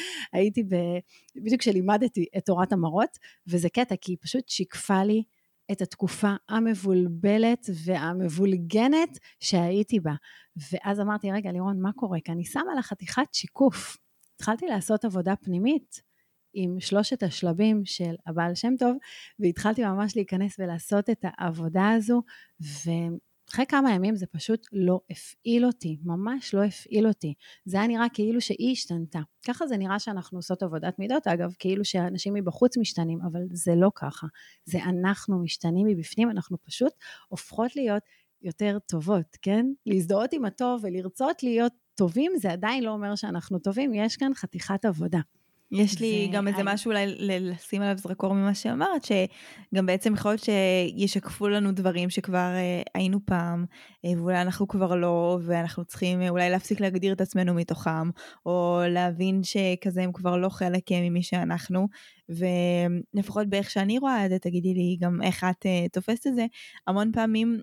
[SPEAKER 2] בדיוק שלימדתי את תורת המראות, וזה קטע, כי היא פשוט שיקפה לי את התקופה המבולבלת והמבולגנת שהייתי בה. ואז אמרתי, רגע, לירון, מה קורה? כי אני שמה לה חתיכת שיקוף. התחלתי לעשות עבודה פנימית עם 3 השלבים של הבעל שם טוב, והתחלתי ממש להיכנס ולעשות את העבודה הזו, אחרי כמה ימים זה פשוט לא הפעיל אותי, ממש לא הפעיל אותי. זה היה נראה כאילו שהיא השתנתה. ככה זה נראה שאנחנו עושות עבודת מידות, אגב, כאילו שאנשים מבחוץ משתנים, אבל זה לא ככה. זה אנחנו משתנים מבפנים, אנחנו פשוט הופכות להיות יותר טובות, כן? להזדהות עם הטוב ולרצות להיות טובים, זה עדיין לא אומר שאנחנו טובים, יש כאן חתיכת עבודה.
[SPEAKER 1] יש לי גם איזה משהו אולי לשים עליו זרקור ממה שאמרת, שגם בעצם יכול להיות שישקפו לנו דברים שכבר היינו פעם, ואולי אנחנו כבר לא, ואנחנו צריכים אולי להפסיק להגדיר את עצמנו מתוכם, או להבין שכזה הם כבר לא חלק ממי שאנחנו, ולפחות באיך שאני רואה את זה, תגידי לי גם איך את תופסת את זה, המון פעמים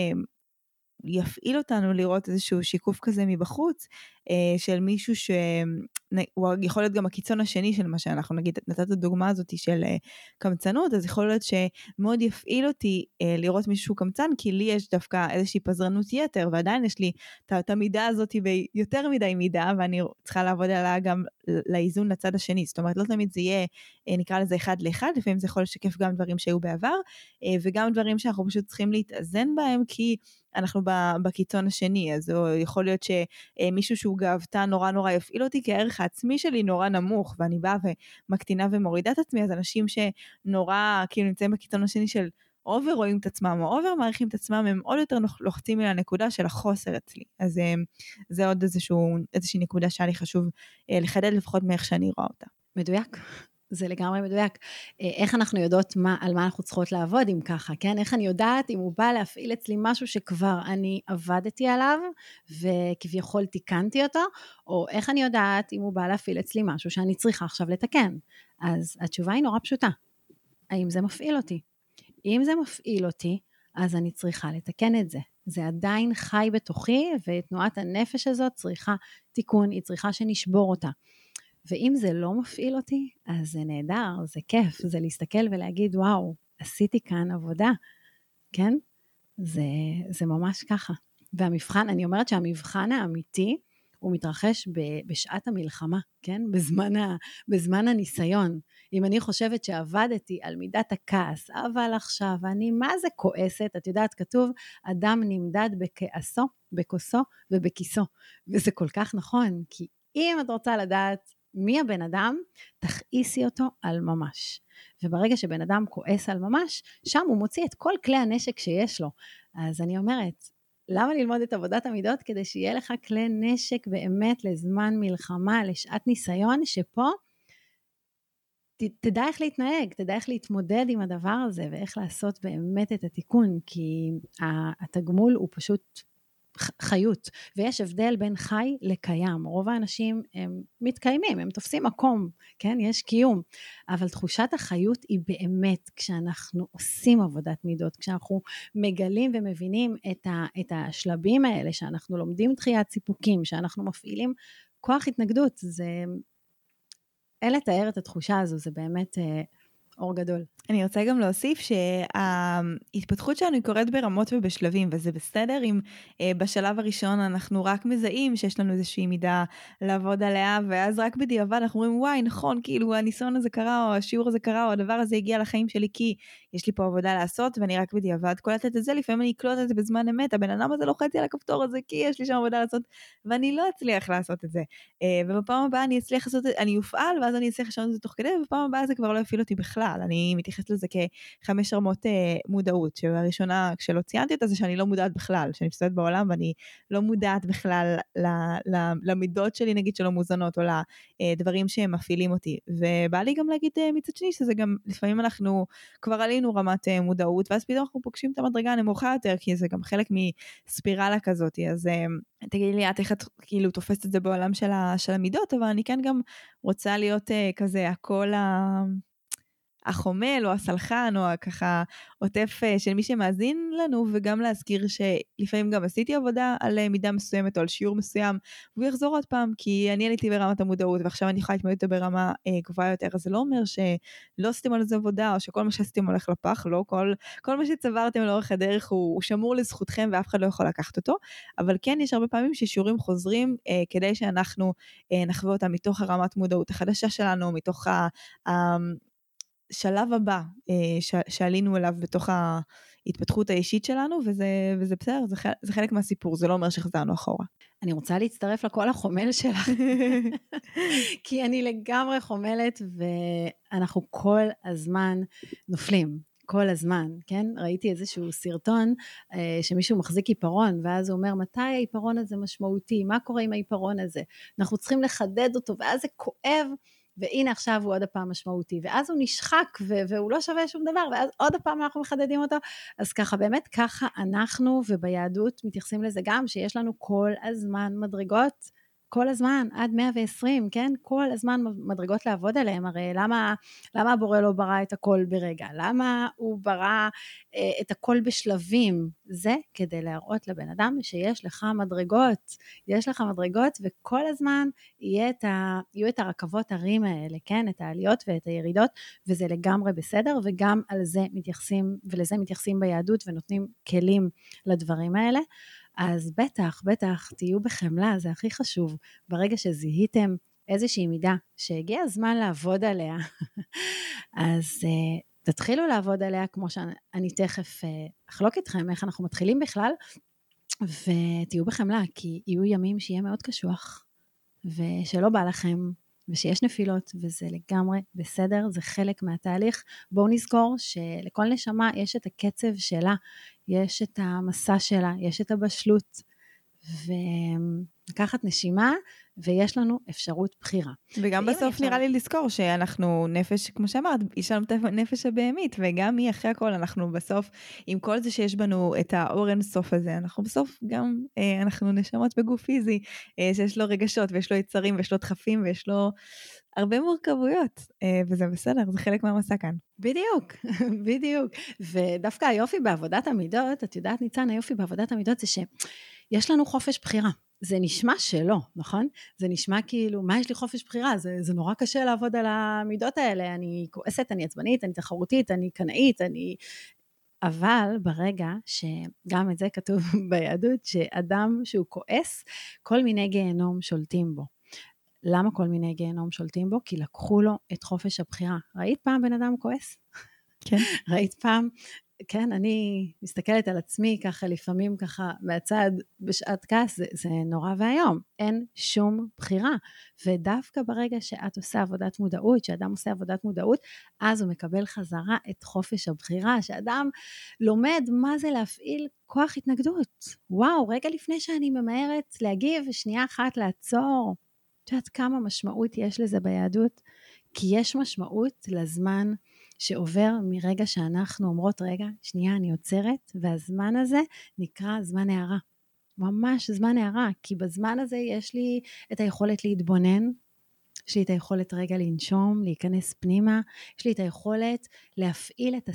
[SPEAKER 1] יפעיל אותנו לראות איזשהו שיקוף כזה מבחוץ, של מישהו שהוא יכול להיות גם הקיצון השני של מה שאנחנו נגיד, נתת את הדוגמה הזאת של קמצנות, אז יכול להיות שמאוד יפעיל אותי לראות מישהו קמצן, כי לי יש דווקא איזושהי פזרנות יתר, ועדיין יש לי את המידה הזאת ביותר מדי מידה, ואני צריכה לעבוד עליה גם לאיזון לצד השני, זאת אומרת לא תמיד זה יהיה, נקרא לזה אחד לאחד, לפעמים זה יכול לשקף גם דברים שהיו בעבר, וגם דברים שאנחנו פשוט צריכים להתאזן בהם, כי אנחנו בקיצון השני, אז יכול להיות שמישהו שהוא גאוותן נורא יפעיל אותי, כי הערך העצמי שלי נורא נמוך, ואני באה ומקטינה ומורידה את עצמי, אז אנשים שנורא כאילו נמצאים בקיצון השני של אובר רואים את עצמם, או אובר מעריכים את עצמם, הם עוד יותר לוחצים לי לנקודה של החוסר אצלי, אז זה עוד איזושהי נקודה שהיה לי חשוב לחדד לפחות מאיך שאני רואה אותה.
[SPEAKER 2] מדויק. זה לגמרי מדויק. איך אנחנו יודעות על מה אנחנו צריכות לעבוד אם ככה, כן? איך אני יודעת אם הוא בא להפעיל אצלי משהו שכבר אני עבדתי עליו, וכביכול תיקנתי אותו, או איך אני יודעת אם הוא בא להפעיל אצלי משהו שאני צריכה עכשיו לתקן. אז התשובה היא נורא פשוטה. האם זה מפעיל אותי? אם זה מפעיל אותי, אז אני צריכה לתקן את זה. זה עדיין חי בתוכי, ותנועת הנפש הזאת צריכה תיקון, היא צריכה שנשבור אותה. ואם זה לא מפעיל אותי, אז זה נהדר, זה כיף, זה להסתכל ולהגיד, וואו, עשיתי כאן עבודה, כן? זה ממש ככה. והמבחן, אני אומרת שהמבחן האמיתי, הוא מתרחש בשעת המלחמה, כן? בזמן הניסיון. אם אני חושבת שעבדתי על מידת הכעס, אבל עכשיו אני מה זה כועסת, את יודעת, כתוב, אדם נמדד בכעסו, בכוסו ובכיסו. וזה כל כך נכון, כי אם את רוצה לדעת מי הבן אדם, תכעיסי אותו על ממש. וברגע שבן אדם כועס על ממש, שם הוא מוציא את כל כלי הנשק שיש לו. אז אני אומרת, למה ללמוד את עבודת המידות? כדי שיהיה לך כלי נשק באמת לזמן מלחמה, לשעת ניסיון, שפה תדע איך להתנהג, תדע איך להתמודד עם הדבר הזה, ואיך לעשות באמת את התיקון, כי התגמול הוא פשוט חיות, ויש הבדל בין חי לקיים. רוב האנשים הם מתקיימים, הם תופסים מקום, כן? יש קיום, אבל תחושת החיות היא באמת כשאנחנו עושים עבודת מידות, כשאנחנו מגלים ומבינים את השלבים האלה, שאנחנו לומדים דחיית סיפוקים, שאנחנו מפעילים כוח התנגדות, אין לתאר את התחושה הזו, זה באמת אור גדול.
[SPEAKER 1] אני רוצה גם להוסיף שההתפתחות שלנו היא קורית ברמות ובשלבים, וזה בסדר אם בשלב הראשון אנחנו רק מזהים שיש לנו איזושהי מידה לעבוד עליה, ואז רק בדיעבד אנחנו אומרים, וואי, נכון, כאילו הניסיון הזה קרה, או השיעור הזה קרה, או הדבר הזה הגיע לחיים שלי, כי יש לי פה עבודה לעשות, ואני רק בדיעבד קולטת את זה, לפעמים אני אקלוט את זה בזמן אמת, הבן אדם הזה לוחץ על הכפתור הזה, כי יש לי שם עבודה לעשות, ואני לא אצליח לעשות את זה. ובפעם הבאה אני אצליח לעשות, אני יופעל, ואז אני אצליח לשנות את זה תוך כדי, ובפעם הבאה זה כבר לא יפעיל אותי בכלל. אני מתייחסת לזה כ5 רמות מודעות, שהראשונה, כשלא ציינתי אותה, זה שאני לא מודעת בכלל, שאני מסתובבת בעולם, ואני לא מודעת בכלל למידות שלי, נגיד, שלא מוזנות, או לדברים שהם מפעילים אותי. ובא לי גם להגיד מצד שני, שזה גם, לפעמים אנחנו כבר עלינו רמת מודעות, ואז פתאום אנחנו פוגשים את המדרגה הנמוכה יותר, כי זה גם חלק מספירלה כזאת. אז תגידי לי, את איך את כאילו תופסת את זה בעולם של המידות, אבל אני כן גם רוצה להיות כזה, הכל החומל או הסלחן או ככה עוטף של מי שמאזין לנו, וגם להזכיר שלפעמים גם עשיתי עבודה על מידה מסוימת או על שיעור מסוים, והוא יחזור עוד פעם, כי אני עליתי ברמת המודעות, ועכשיו אני יכולה להתמודד אותו ברמה גבוהה יותר, אז זה לא אומר שלא עשיתם על זה עבודה, או שכל מה שעשיתם הולך לפח, לא, כל מה שצברתם לאורך הדרך הוא שמור לזכותכם, ואף אחד לא יכול לקחת אותו, אבל כן יש הרבה פעמים ששיעורים חוזרים, כדי שאנחנו נחווה אותם מתוך הרמת מודעות החדשה שלנו, מתוך שלב הבא שעלינו אליו בתוך ההתפתחות האישית שלנו, וזה בסדר, זה חלק מהסיפור, זה לא אומר שחזרנו אחורה.
[SPEAKER 2] אני רוצה להצטרף לכל החומל שלך, כי אני לגמרי חומלת, ואנחנו כל הזמן נופלים, כל הזמן, כן? ראיתי איזשהו סרטון שמישהו מחזיק עיפרון, ואז הוא אומר, מתי העיפרון הזה משמעותי? מה קורה עם העיפרון הזה? אנחנו צריכים לחדד אותו, ואז זה כואב, והנה עכשיו הוא עוד הפעם משמעותי, ואז הוא נשחק, והוא לא שווה שום דבר, ואז עוד הפעם אנחנו מחדדים אותו, אז ככה, באמת ככה אנחנו, וביהדות מתייחסים לזה גם, שיש לנו כל הזמן מדרגות, כל הזמן, עד 120, כן? כל הזמן מדרגות לעבוד עליהם, הרי למה הבורא לא ברא את הכל ברגע? למה הוא ברא את הכל בשלבים? זה כדי להראות לבן אדם שיש לך מדרגות, יש לך מדרגות, וכל הזמן יהיו את הרכבות הרים האלה, כן? את העליות ואת הירידות, וזה לגמרי בסדר, וגם על זה מתייחסים, ולזה מתייחסים ביהדות, ונותנים כלים לדברים האלה. אז בטח, תהיו בחמלה, זה הכי חשוב. ברגע שזיהיתם איזושהי מידה שהגיע הזמן לעבוד עליה, אז תתחילו לעבוד עליה, כמו שאני תכף אחלוק איתכם, איך אנחנו מתחילים בכלל, ותהיו בחמלה, כי יהיו ימים שיהיה מאוד קשוח, ושלא בא לכם, ושיש נפילות, וזה לגמרי בסדר, זה חלק מהתהליך. בואו נזכור שלכל נשמה יש את הקצב שלה, יש את המסע שלה, יש את הבשלות, ולקחת נשימה, ויש לנו אפשרות בחירה.
[SPEAKER 1] וגם בסוף נראה לי לזכור שאנחנו נפש, כמו שאמרת, יש לנו את הנפש הבהמית, וגם היא אחרי הכל, אנחנו בסוף, עם כל זה שיש בנו את האור אינסוף הזה, אנחנו בסוף גם, אנחנו נשמות בגוף פיזי, שיש לו רגשות, ויש לו יצרים, ויש לו דחפים, ויש לו הרבה מורכבויות, וזה בסדר, זה חלק מהמסע כאן.
[SPEAKER 2] בדיוק. ודווקא היופי בעבודת המידות, את יודעת ניצן, היופי בעבודת המידות זה שיש לנו חופש בחירה. זה נשמע שלא, נכון? זה נשמע כאילו, מה יש לי חופש בחירה? זה נורא קשה לעבוד על המידות האלה, אני כועסת, אני עצבנית, אני תחרותית, אני קנאית, אבל ברגע שגם את זה כתוב ביהדות, שאדם שהוא כועס, כל מיני גיהנום שולטים בו. למה כל מיני גיהנום שולטים בו? כי לקחו לו את חופש הבחירה. ראית פעם בן אדם כועס?
[SPEAKER 1] כן.
[SPEAKER 2] ראית פעם? כן, אני מסתכלת על עצמי ככה, לפעמים ככה מהצד בשעת כעס, זה נורא והיום. אין שום בחירה. ודווקא ברגע שאת עושה עבודת מודעות, שאדם עושה עבודת מודעות, אז הוא מקבל חזרה את חופש הבחירה, שאדם לומד מה זה להפעיל כוח התנגדות. וואו, רגע לפני שאני ממהרת להגיב, שנייה אחת לעצור, את יודעת כמה משמעות יש לזה ביהדות? כי יש משמעות לזמן שעובר מרגע שאנחנו אומרות, רגע, שנייה, אני עוצרת, והזמן הזה נקרא זמן הערה. ממש זמן הערה, כי בזמן הזה יש לי את היכולת להתבונן, יש לי את היכולת רגע לנשום, להיכנס פנימה, יש לי את היכולת להפעיל את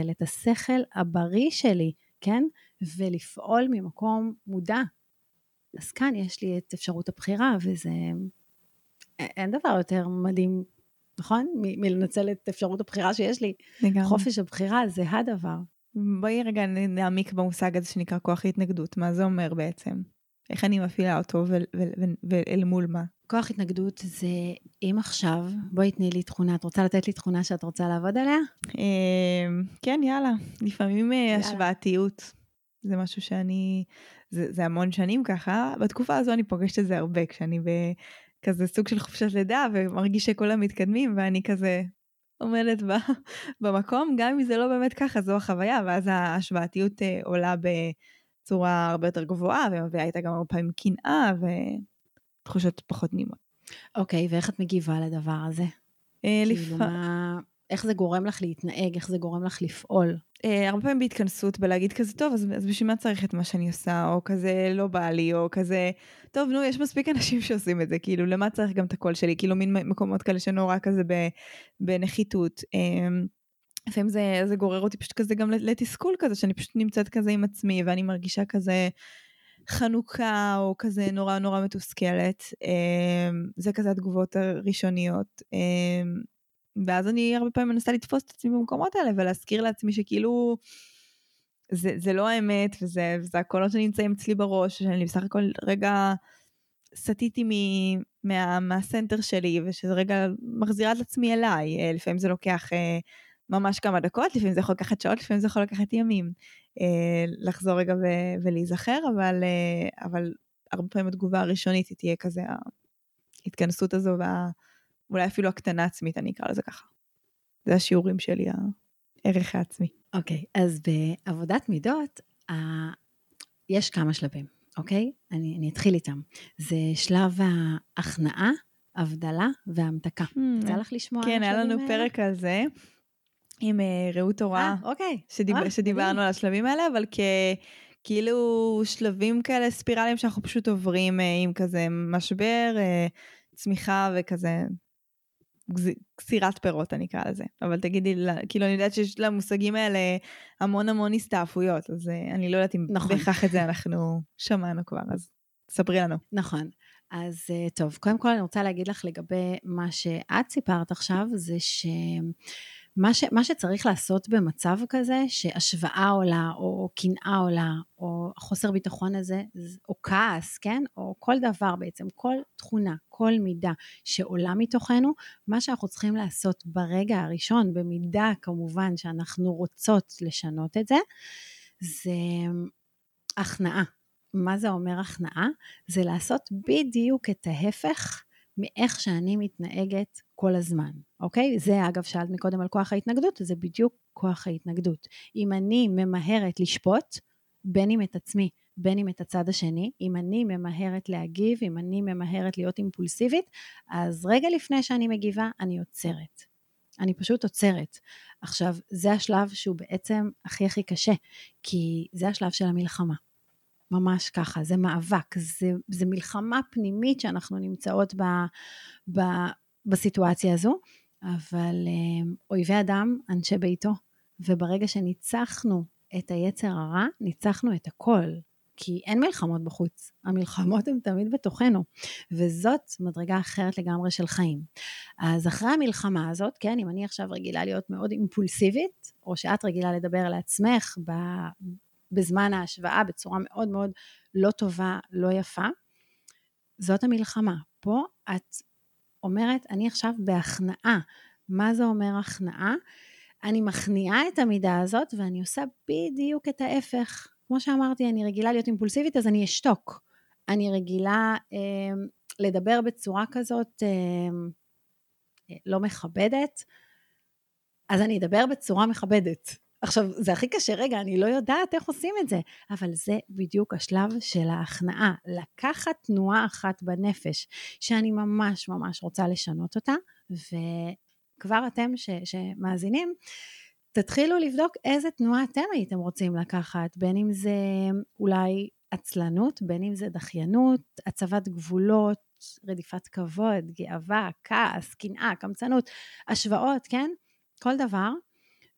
[SPEAKER 2] השכל הבריא שלי, כן? ולפעול ממקום מודע. אז כאן יש לי את אפשרות הבחירה, וזה, אין דבר יותר מדהים, נכון? מלנצל את אפשרות הבחירה שיש לי.
[SPEAKER 1] לגמרי.
[SPEAKER 2] חופש הבחירה זה הדבר.
[SPEAKER 1] בואי רגע נעמיק במושג הזה שנקרא כוח התנגדות. מה זה אומר בעצם? איך אני מפעילה אותו ואל מול מה?
[SPEAKER 2] כוח התנגדות זה, אם עכשיו, בואי תני לי תכונה, את רוצה לתת לי תכונה שאת רוצה לעבוד עליה?
[SPEAKER 1] כן, יאללה. לפעמים השוואתיות. זה משהו שאני, זה המון שנים ככה. בתקופה הזו אני פוגשת את זה הרבה, כשאני בכזה סוג של חופשת לידה, ומרגיש שכולם מתקדמים, ואני כזה עומדת במקום, גם אם זה לא באמת ככה, זו החוויה, ואז ההשוואתיות עולה בצורה הרבה יותר גבוהה, ומביאה איתה גם הרבה פעמים קנאה, ותחושות פחות נעימות.
[SPEAKER 2] אוקיי, ואיך את מגיבה לדבר הזה? כאילו מה, איך זה גורם לך להתנהג, איך זה גורם לך לפעול?
[SPEAKER 1] הרבה פעמים בהתכנסות, בלהגיד כזה, טוב, אז בשביל מה צריך את מה שאני עושה, או כזה לא בא לי, או כזה, טוב, נו, יש מספיק אנשים שעושים את זה, כאילו, למה צריך גם את הקול שלי, כאילו, מין מקומות כאלה שנורא כזה בנחיתות. לפעמים זה גורר אותי פשוט כזה גם לתסכול כזה, שאני פשוט נמצאת כזה עם עצמי, ואני מרגישה כזה חנוכה, או כזה נורא נורא מתוסכלת. זה כזה התגובות הראשוניות. ואז אני הרבה פעמים מנסה לתפוס את עצמי במקומות האלה, ולהזכיר לעצמי שכאילו, זה לא האמת, וזה הקולות שנמצאים אצלי בראש, שאני בסך הכל רגע סטיתי מהסנטר שלי, ושזה רגע מחזירה את עצמי אליי. לפעמים זה לוקח ממש כמה דקות, לפעמים זה יכול לקחת שעות, לפעמים זה יכול לקחת ימים, לחזור רגע ולהיזכר, אבל הרבה פעמים התגובה הראשונית היא תהיה כזה, ההתכנסות הזו, ואולי אפילו הקטנה עצמית, אני אקרא לזה ככה. זה השיעורים שלי, הערך העצמי.
[SPEAKER 2] אוקיי, אז בעבודת מידות, יש כמה שלבים, אוקיי? אני אתחיל איתם. זה שלב ההכנעה, הבדלה והמתקה. יצא לך לשמוע?
[SPEAKER 1] כן, היה לנו פרק על זה, עם רעות הוראה,
[SPEAKER 2] אוקיי.
[SPEAKER 1] שדיברנו על השלבים האלה, אבל כאילו שלבים כאלה ספירליים שאנחנו פשוט עוברים עם כזה משבר, צמיחה וכזה קסירת פירות, אני אקרא לזה. אבל תגידי, כאילו אני יודעת שיש למושגים האלה המון הסתעפויות, אז אני לא יודעת אם בכך את זה אנחנו שמענו כבר, אז ספרי לנו.
[SPEAKER 2] נכון. אז טוב, קודם כל אני רוצה להגיד לך לגבי מה שאת סיפרת עכשיו, זה מה שצריך לעשות במצב כזה, שהשוואה עולה, או קנאה עולה, או חוסר ביטחון הזה, או כעס, כן? או כל דבר בעצם, כל תכונה, כל מידה שעולה מתוכנו, מה שאנחנו צריכים לעשות ברגע הראשון, במידה כמובן שאנחנו רוצות לשנות את זה, זה הכנעה. מה זה אומר הכנעה? זה לעשות בדיוק את ההפך מאיך שאני מתנהגת כל הזמן, אוקיי? זה אגב שאלת מקודם על כוח ההתנגדות, זה בדיוק כוח ההתנגדות. אם אני ממהרת לשפוט, בין אם את עצמי, בין אם את הצד השני, אם אני ממהרת להגיב, אם אני ממהרת להיות אימפולסיבית, אז רגע לפני שאני מגיבה, אני עוצרת. אני פשוט עוצרת. עכשיו, זה השלב שהוא בעצם הכי קשה, כי זה השלב של המלחמה. ממש ככה, זה מאבק, זה מלחמה פנימית שאנחנו נמצאות בסיטואציה הזו, אבל אויבי אדם, אנשי ביתו, וברגע שניצחנו את היצר הרע, ניצחנו את הכל, כי אין מלחמות בחוץ, המלחמות הן תמיד בתוכנו, וזאת מדרגה אחרת לגמרי של חיים. אז אחרי המלחמה הזאת, כן, אם אני עכשיו רגילה להיות מאוד אימפולסיבית, או שאת רגילה לדבר לעצמך בזמן ההשוואה, בצורה מאוד מאוד לא טובה, לא יפה, זאת המלחמה. פה את אומרת, אני עכשיו בהכנעה. מה זה אומר הכנעה? אני מכניעה את המידה הזאת, ואני עושה בדיוק את ההפך. כמו שאמרתי, אני רגילה להיות אימפולסיבית, אז אני אשתוק. אני רגילה לדבר בצורה כזאת לא מכבדת, אז אני אדבר בצורה מכבדת. עכשיו, זה הכי קשה, רגע, אני לא יודעת איך עושים את זה, אבל זה בדיוק השלב של ההכנעה, לקחת תנועה אחת בנפש, שאני ממש רוצה לשנות אותה, וכבר אתם שמאזינים, תתחילו לבדוק איזה תנועה אתם הייתם רוצים לקחת, בין אם זה אולי עצלנות, בין אם זה דחיינות, הצבת גבולות, רדיפת כבוד, גאווה, כעס, קנאה, קמצנות, השוואות, כן? כל דבר,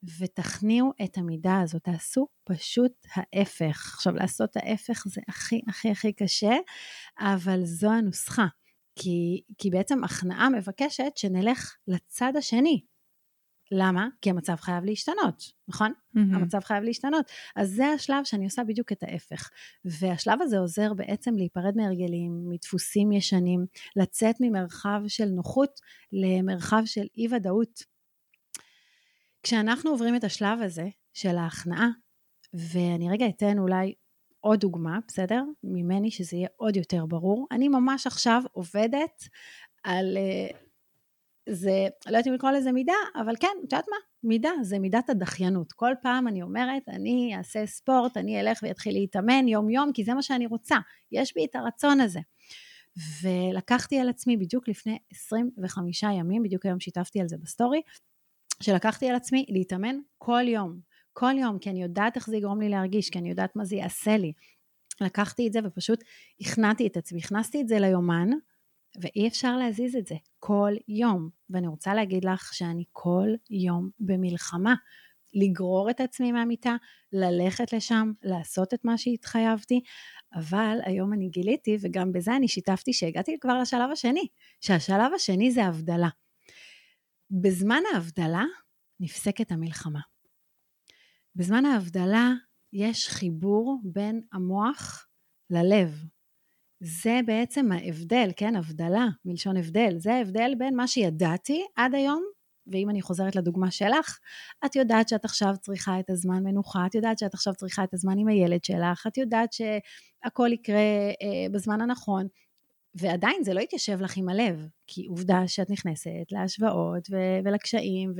[SPEAKER 2] ותכניעו את המידה הזאת, תעשו פשוט ההפך. עכשיו, לעשות ההפך זה הכי הכי הכי קשה, אבל זו הנוסחה, כי בעצם הכנעה מבקשת שנלך לצד השני. למה? כי המצב חייב להשתנות, נכון? המצב חייב להשתנות. אז זה השלב שאני עושה בדיוק את ההפך. והשלב הזה עוזר בעצם להיפרד מהרגלים, מדפוסים ישנים, לצאת ממרחב של נוחות למרחב של אי ודאות. כשאנחנו עוברים את השלב הזה של ההכנעה, ואני רגע אתן אולי עוד דוגמה, בסדר? ממני שזה יהיה עוד יותר ברור. אני ממש עכשיו עובדת על זה, לא יודעת אם לקרוא לזה מידה, אבל כן, את יודעת מה? מידה, זה מידת הדחיינות. כל פעם אני אומרת, אני אעשה ספורט, אני אלך ויתחיל להתאמן יום יום, כי זה מה שאני רוצה. יש בי את הרצון הזה. ולקחתי על עצמי בדיוק לפני 25 ימים, בדיוק היום שיתפתי על זה בסטורי, שלקחתי על עצמי להתאמן כל יום, כי אני יודעת איך זה יגרום לי להרגיש, כי אני יודעת מה זה יעשה לי. לקחתי את זה ופשוט הכנעתי את עצמי, הכנסתי את זה ליומן, ואי אפשר להזיז את זה כל יום. ואני רוצה להגיד לך שאני כל יום במלחמה, לגרור את עצמי מהמיטה, ללכת לשם, לעשות את מה שהתחייבתי, אבל היום אני גיליתי, וגם בזה אני שיתפתי שהגעתי כבר לשלב השני, שהשלב השני זה הבדלה. בזמן ההבדלה נפסקת המלחמה. בזמן ההבדלה יש חיבור בין המוח ללב. זה בעצם ההבדל, כן, הבדלה, מלשון הבדל. זה ההבדל בין מה שידעתי עד היום, ואם אני חוזרת לדוגמה שלך, את יודעת שאת עכשיו צריכה את הזמן מנוחה, את יודעת שאת עכשיו צריכה את הזמן עם הילד שלך, את יודעת שהכל יקרה בזמן הנכון, ועדיין זה לא יתיישב לך עם הלב, כי עובדה שאת נכנסת להשוואות ולקשיים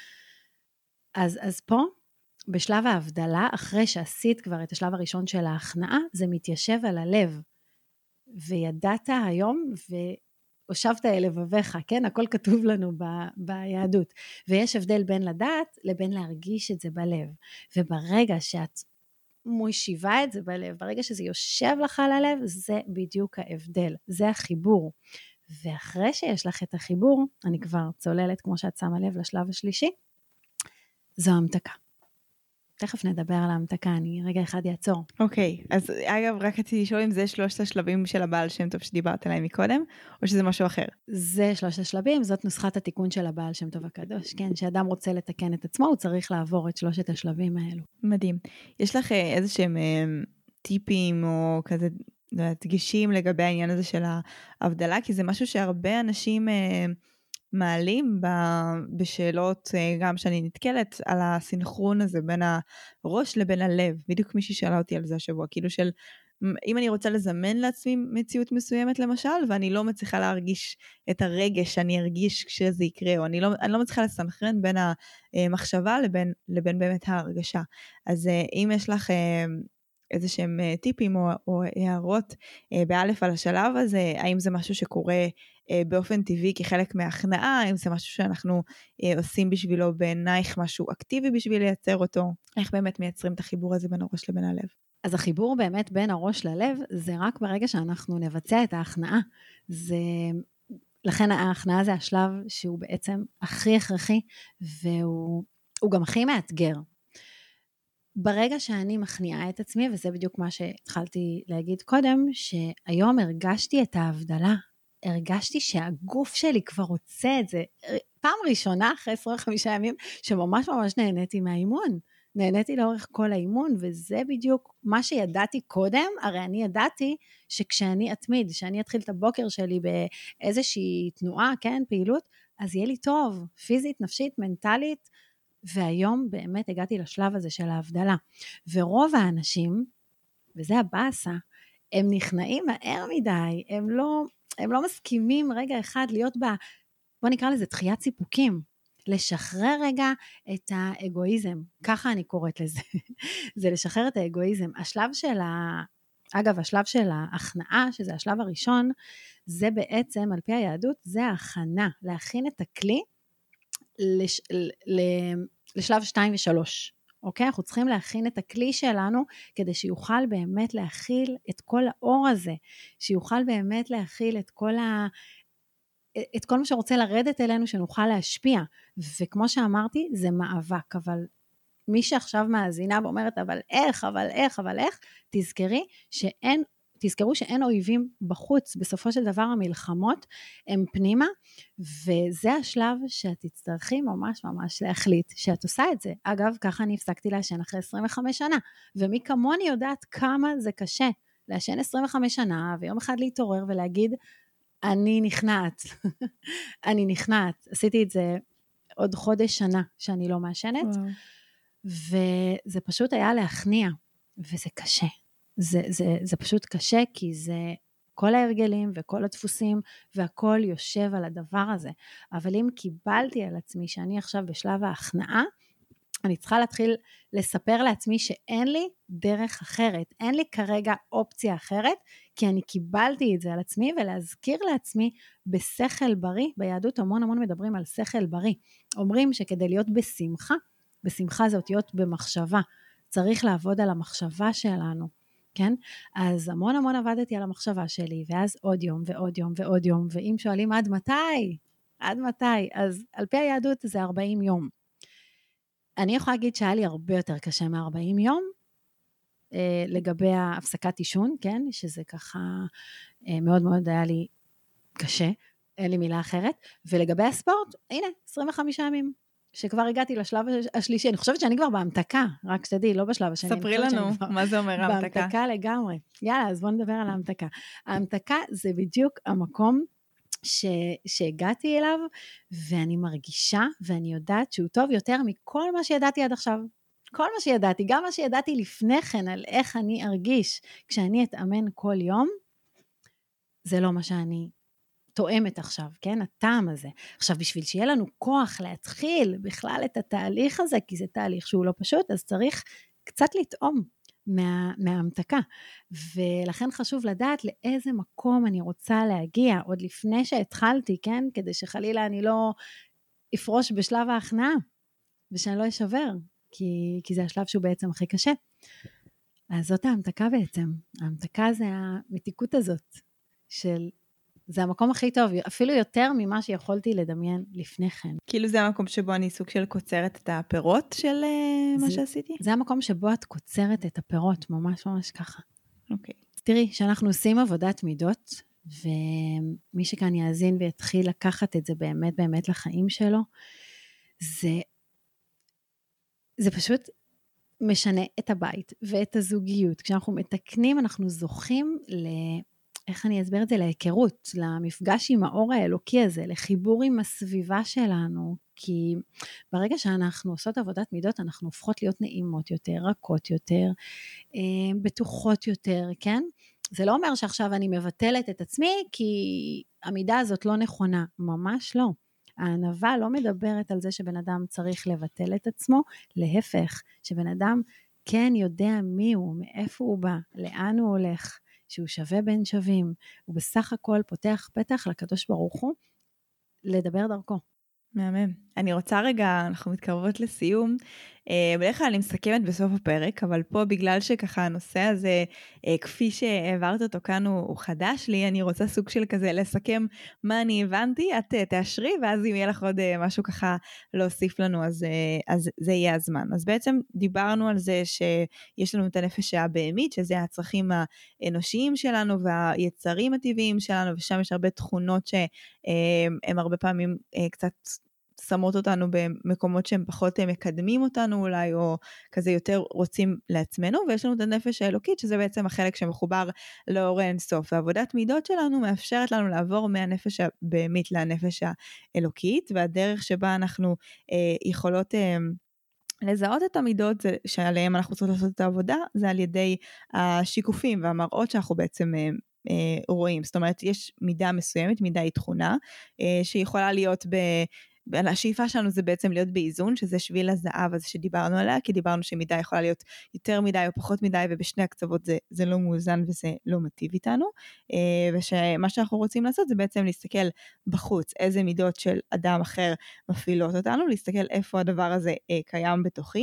[SPEAKER 2] אז פה, בשלב ההבדלה, אחרי שעשית כבר את השלב הראשון של ההכנעה, זה מתיישב על הלב, וידעת היום והושבת אל לבביך, כן? הכל כתוב לנו ביהדות, ויש הבדל בין לדעת לבין להרגיש את זה בלב, וברגע שאת מושיבה את זה בלב, ברגע שזה יושב לך על הלב, זה בדיוק ההבדל, זה החיבור, ואחרי שיש לך את החיבור, אני כבר צוללת כמו שאת שמה לב לשלב השלישי, זו המתקה. תכף נדבר על ההמתקה, אני רגע אחד יעצור.
[SPEAKER 1] אוקיי, אז אגב, רק רציתי לשאול אם זה 3 השלבים של הבעל שם טוב שדיברת עליהם מקודם, או שזה משהו אחר?
[SPEAKER 2] זה 3 השלבים, זאת נוסחת התיקון של הבעל שם טוב הקדוש, כן, שאדם רוצה לתקן את עצמו, הוא צריך לעבור את 3 השלבים האלו.
[SPEAKER 1] מדהים. יש לך איזה שהם טיפים או כזה דגשים לגבי העניין הזה של ההבדלה, כי זה משהו שהרבה אנשים מעלים בשאלות, גם שאני נתקלת על הסינכרון הזה בין הראש לבין הלב. בדיוק מישהי שאלה אותי על זה השבוע, כאילו של אם אני רוצה לזמן לעצמי מציאות מסוימת למשל, ואני לא מצליחה להרגיש את הרגש שאני ארגיש כשזה יקרה, או אני לא מצליחה לסנכרן בין המחשבה לבין באמת ההרגשה. אז אם יש לך איזה שהם טיפים או הערות באלף על השלב הזה, האם זה משהו שקורה באופן טבעי כחלק מההכנעה, האם זה משהו שאנחנו עושים בשבילו בעינייך משהו אקטיבי בשביל לייצר אותו, איך באמת מייצרים את החיבור הזה בין הראש לבין הלב?
[SPEAKER 2] אז החיבור באמת בין הראש ללב, זה רק ברגע שאנחנו נבצע את ההכנעה, לכן ההכנעה זה השלב שהוא בעצם הכי הכרחי, והוא גם הכי מאתגר. ברגע שאני מכניעה את עצמי, וזה בדיוק מה שהתחלתי להגיד קודם, שהיום הרגשתי את ההבדלה, הרגשתי שהגוף שלי כבר רוצה את זה, פעם ראשונה אחרי 25 ימים, שממש ממש נהניתי מהאימון, נהניתי לאורך כל האימון, וזה בדיוק מה שידעתי קודם, הרי אני ידעתי שכשאני אתמיד, שאני אתחיל את הבוקר שלי באיזושהי תנועה, כן, פעילות, אז יהיה לי טוב, פיזית, נפשית, מנטלית, והיום באמת הגעתי לשלב הזה של ההבדלה, ורוב האנשים, וזה הבאסה, הם נכנעים מהר מדי, הם לא מסכימים רגע אחד להיות בוא נקרא לזה דחיית סיפוקים, לשחרר רגע את האגואיזם, ככה אני קוראת לזה, זה לשחרר את האגואיזם. השלב של ההכנעה, שזה השלב הראשון, זה בעצם על פי היהדות, זה ההכנה, להכין את הכלי לשלב 2 ו3, אוקיי? אנחנו צריכים להכין את הכלי שלנו, כדי שיוכל באמת להכיל את כל האור הזה, שיוכל באמת להכיל את כל מה שרוצה לרדת אלינו שנוכל להשפיע, וכמו שאמרתי, זה מאבק, אבל מי שעכשיו מאזינה ואומרת, אבל איך, תזכרו שאין אויבים בחוץ, בסופו של דבר המלחמות הם פנימה, וזה השלב שאת תצטרכי ממש ממש להחליט שאת עושה את זה. אגב, ככה אני הפסקתי לעשן אחרי 25 שנה, ומי כמוני יודעת כמה זה קשה, לעשן 25 שנה, ויום אחד להתעורר ולהגיד, אני נכנעת, עשיתי את זה עוד חודש שנה שאני לא מעשנת, וזה פשוט היה להכניע, וזה קשה. זה פשוט קשה, כי זה כל ההרגלים וכל הדפוסים, והכל יושב על הדבר הזה. אבל אם קיבלתי על עצמי שאני עכשיו בשלב ההכנעה, אני צריכה להתחיל לספר לעצמי שאין לי דרך אחרת, אין לי כרגע אופציה אחרת, כי אני קיבלתי את זה על עצמי, ולהזכיר לעצמי בשכל בריא, ביהדות המון מדברים על שכל בריא, אומרים שכדי להיות בשמחה זה אותיות במחשבה, צריך לעבוד על המחשבה שלנו, כן? אז המון עבדתי על המחשבה שלי, ואז עוד יום ועוד יום ועוד יום, ואם שואלים עד מתי, אז על פי היהדות זה 40 יום. אני יכולה להגיד שהיה לי הרבה יותר קשה מ-40 יום, לגבי ההפסקת עישון, כן? שזה ככה מאוד היה לי קשה, אין לי מילה אחרת, ולגבי הספורט, הנה, 25 ימים. שכבר הגעתי לשלב השלישי, אני חושבת שאני כבר בהמתקה, רק שתדעי, לא בשלב השני.
[SPEAKER 1] ספרי לנו, מה זה אומר ההמתקה?
[SPEAKER 2] בהמתקה לגמרי. יאללה, אז בואו נדבר על ההמתקה. ההמתקה זה בדיוק המקום שהגעתי אליו, ואני מרגישה, ואני יודעת שהוא טוב יותר מכל מה שידעתי עד עכשיו. כל מה שידעתי, גם מה שידעתי לפני כן, על איך אני ארגיש, כשאני אתאמן כל יום, זה לא מה שאני תואמת עכשיו, כן? הטעם הזה. עכשיו, בשביל שיהיה לנו כוח להתחיל בכלל את התהליך הזה, כי זה תהליך שהוא לא פשוט, אז צריך קצת לטעום מההמתקה. ולכן חשוב לדעת לאיזה מקום אני רוצה להגיע, עוד לפני שהתחלתי, כן? כדי שחלילה אני לא אפרוש בשלב ההכנעה, ושאני לא אשבר, כי זה השלב שהוא בעצם הכי קשה. אז זאת ההמתקה בעצם. ההמתקה זה המתיקות הזאת של זה המקום הכי טוב, אפילו יותר ממה שיכולתי לדמיין לפני כן.
[SPEAKER 1] כאילו זה המקום שבו אני סוג של קוצרת את הפירות של מה שעשיתי?
[SPEAKER 2] זה המקום שבו את קוצרת את הפירות, ממש ככה.
[SPEAKER 1] אוקיי.
[SPEAKER 2] תראי, שאנחנו עושים עבודת מידות, ומי שכאן יאזין ויתחיל לקחת את זה באמת לחיים שלו, זה פשוט משנה את הבית ואת הזוגיות. כשאנחנו מתקנים, אנחנו זוכים איך אני אסביר את זה? להיכרות, למפגש עם האור האלוקי הזה, לחיבור עם הסביבה שלנו, כי ברגע שאנחנו עושות עבודת מידות, אנחנו הופכות להיות נעימות יותר, רכות יותר, בטוחות יותר, כן? זה לא אומר שעכשיו אני מבטלת את עצמי, כי המידה הזאת לא נכונה, ממש לא. הענווה לא מדברת על זה שבן אדם צריך לבטל את עצמו, להפך, שבן אדם כן יודע מי הוא, מאיפה הוא בא, לאן הוא הולך, שהוא שווה בין שווים, הוא בסך הכל פותח פתח לקדוש ברוך הוא, לדבר דרכו.
[SPEAKER 1] מהמם. אני רוצה רגע, אנחנו מתקרבות לסיום, בדרך כלל אני מסכמת בסוף הפרק, אבל פה בגלל שככה הנושא הזה, כפי שהעברת אותו כאן הוא חדש לי, אני רוצה סוג של כזה לסכם מה אני הבנתי, את תאשרי, ואז אם יהיה לך עוד משהו ככה להוסיף לנו, אז זה יהיה הזמן. אז בעצם דיברנו על זה שיש לנו את הנפש הבהמית, שזה הצרכים האנושיים שלנו, והיצרים הטבעיים שלנו, ושם יש הרבה תכונות שהם הרבה פעמים קצת שמות אותנו במקומות שהם פחות מקדמים אותנו אולי, או כזה יותר רוצים לעצמנו, ויש לנו את הנפש האלוקית, שזה בעצם החלק שמחובר לאור אינסוף, ועבודת מידות שלנו מאפשרת לנו לעבור מהנפש הבהמית לנפש האלוקית, והדרך שבה אנחנו יכולות לזהות את המידות שעליהם אנחנו צריכים לעשות את העבודה, זה על ידי השיקופים והמראות שאנחנו בעצם רואים. זאת אומרת, יש מידה מסוימת, מידה היא תכונה, שיכולה להיות השאיפה שלנו זה בעצם להיות באיזון, שזה שביל הזהב הזה שדיברנו עליה, כי דיברנו שמידה יכולה להיות יותר מדי או פחות מדי, ובשני הקצוות זה לא מאוזן וזה לא מטיב איתנו, ושמה שאנחנו רוצים לעשות זה בעצם להסתכל בחוץ, איזה מידות של אדם אחר מפעילות אותנו, להסתכל איפה הדבר הזה קיים בתוכי,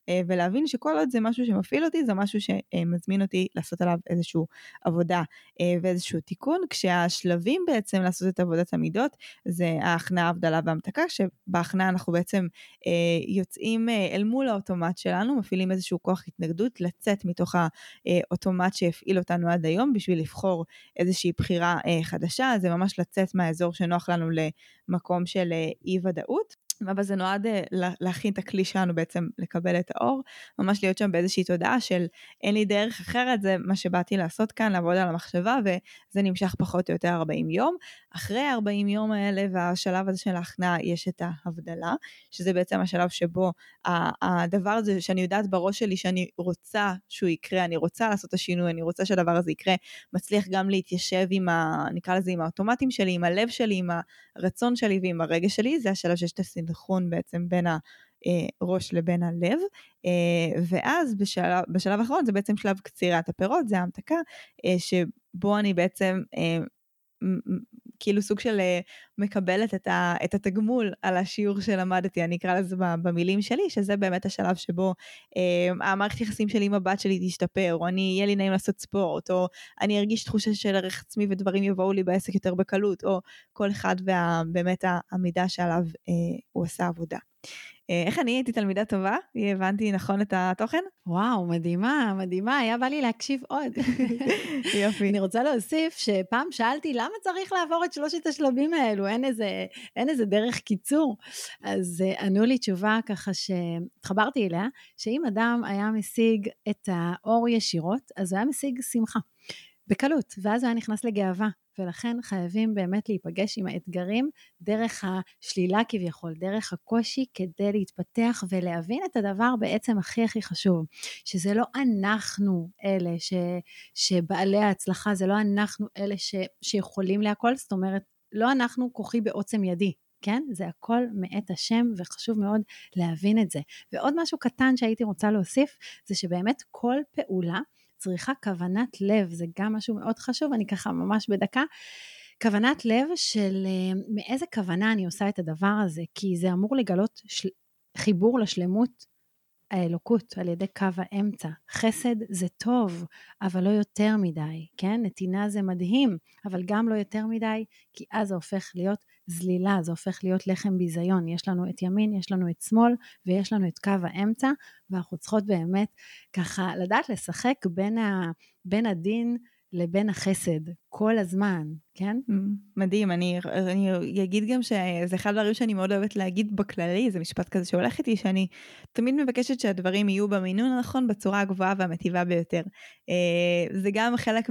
[SPEAKER 1] ולהבין שכל עוד זה משהו שמפעיל אותי, זה משהו שמזמין אותי לעשות עליו איזשהו עבודה ואיזשהו תיקון, כשהשלבים בעצם לעשות את עבודת המידות, זה ההכנעה, הבדלה והמתקה, שבהכנעה אנחנו בעצם יוצאים אל מול האוטומט שלנו, מפעילים איזשהו כוח התנגדות, לצאת מתוך האוטומט שהפעיל אותנו עד היום, בשביל לבחור איזושהי בחירה חדשה, זה ממש לצאת מהאזור שנוח לנו למקום של אי ודאות, אבל זה נועד להכין את הכלי שלנו בעצם לקבל את האור, ממש להיות שם באיזושהי תודעה של אין לי דרך אחרת, זה מה שבאתי לעשות כאן, לעבוד על המחשבה, וזה נמשך פחות או יותר 40 יום. אחרי 40 יום האלה והשלב הזה של ההכנעה יש את ההבדלה, שזה בעצם השלב שבו הדבר הזה שאני יודעת בראש שלי שאני רוצה שהוא יקרה, אני רוצה לעשות את השינוי, אני רוצה שהדבר הזה יקרה, מצליח גם להתיישב עם נקרא לזה עם האוטומטים שלי, עם הלב שלי, עם הרצון שלי ועם הרגש שלי, זה השלב שיש את הסנכרון בעצם בין הראש לבין הלב, ואז בשלב האחרון זה בעצם שלב קצירת הפירות, זה ההמתקה, שבו אני בעצם כאילו סוג של מקבלת את התגמול על השיעור שלמדתי, אני אקרא לזה במילים שלי, שזה באמת השלב שבו המערכת יחסים שלי עם הבת שלי תשתפר, או יהיה לי נעים לעשות ספורט, או אני ארגיש תחושה של ערך עצמי ודברים יבואו לי בעסק יותר בקלות, או כל אחד ובאמת המידה שעליו הוא עשה עבודה. איך אני הייתי תלמידה טובה? הבנתי נכון את התוכן?
[SPEAKER 2] וואו, מדהימה, מדהימה, היה בא לי להקשיב עוד.
[SPEAKER 1] יופי.
[SPEAKER 2] אני רוצה להוסיף שפעם שאלתי, למה צריך לעבור את 3 השלבים האלו? אין איזה דרך קיצור. אז ענו לי תשובה ככה שהתחברתי אליה, שאם אדם היה משיג את האור ישירות, אז הוא היה משיג שמחה, בקלות, ואז הוא היה נכנס לגאווה. ולכן חייבים באמת להיפגש עם האתגרים דרך השלילה כביכול, דרך הקושי כדי להתפתח ולהבין את הדבר בעצם הכי הכי חשוב, שזה לא אנחנו אלה שבעלי ההצלחה, זה לא אנחנו אלה שיכולים להכל, זאת אומרת, לא אנחנו כוחי בעוצם ידי, כן? זה הכל מאת השם וחשוב מאוד להבין את זה. ועוד משהו קטן שהייתי רוצה להוסיף, זה שבאמת כל פעולה, צריכה כוונת לב, זה גם משהו מאוד חשוב, אני ככה ממש בדקה, כוונת לב של מאיזה כוונה אני עושה את הדבר הזה, כי זה אמור לגלות חיבור לשלמות האלוקות על ידי קו האמצע. חסד זה טוב, אבל לא יותר מדי, כן? נתינה זה מדהים, אבל גם לא יותר מדי, כי אז זה הופך להיות זלילה, זה הופך להיות לחם ביזיון. יש לנו את ימין, יש לנו את שמאל, ויש לנו את קו האמצע, ואנחנו צריכות באמת ככה לדעת לשחק בין הדין לבין החסד, כל הזמן, כן?
[SPEAKER 1] מדהים, אני אגיד גם שזה אחד הדברים שאני מאוד אוהבת להגיד בכללי, זה משפט כזה שהולך איתי, שאני תמיד מבקשת שהדברים יהיו במינון הנכון, בצורה הגבוהה והמטיבה ביותר. זה גם חלק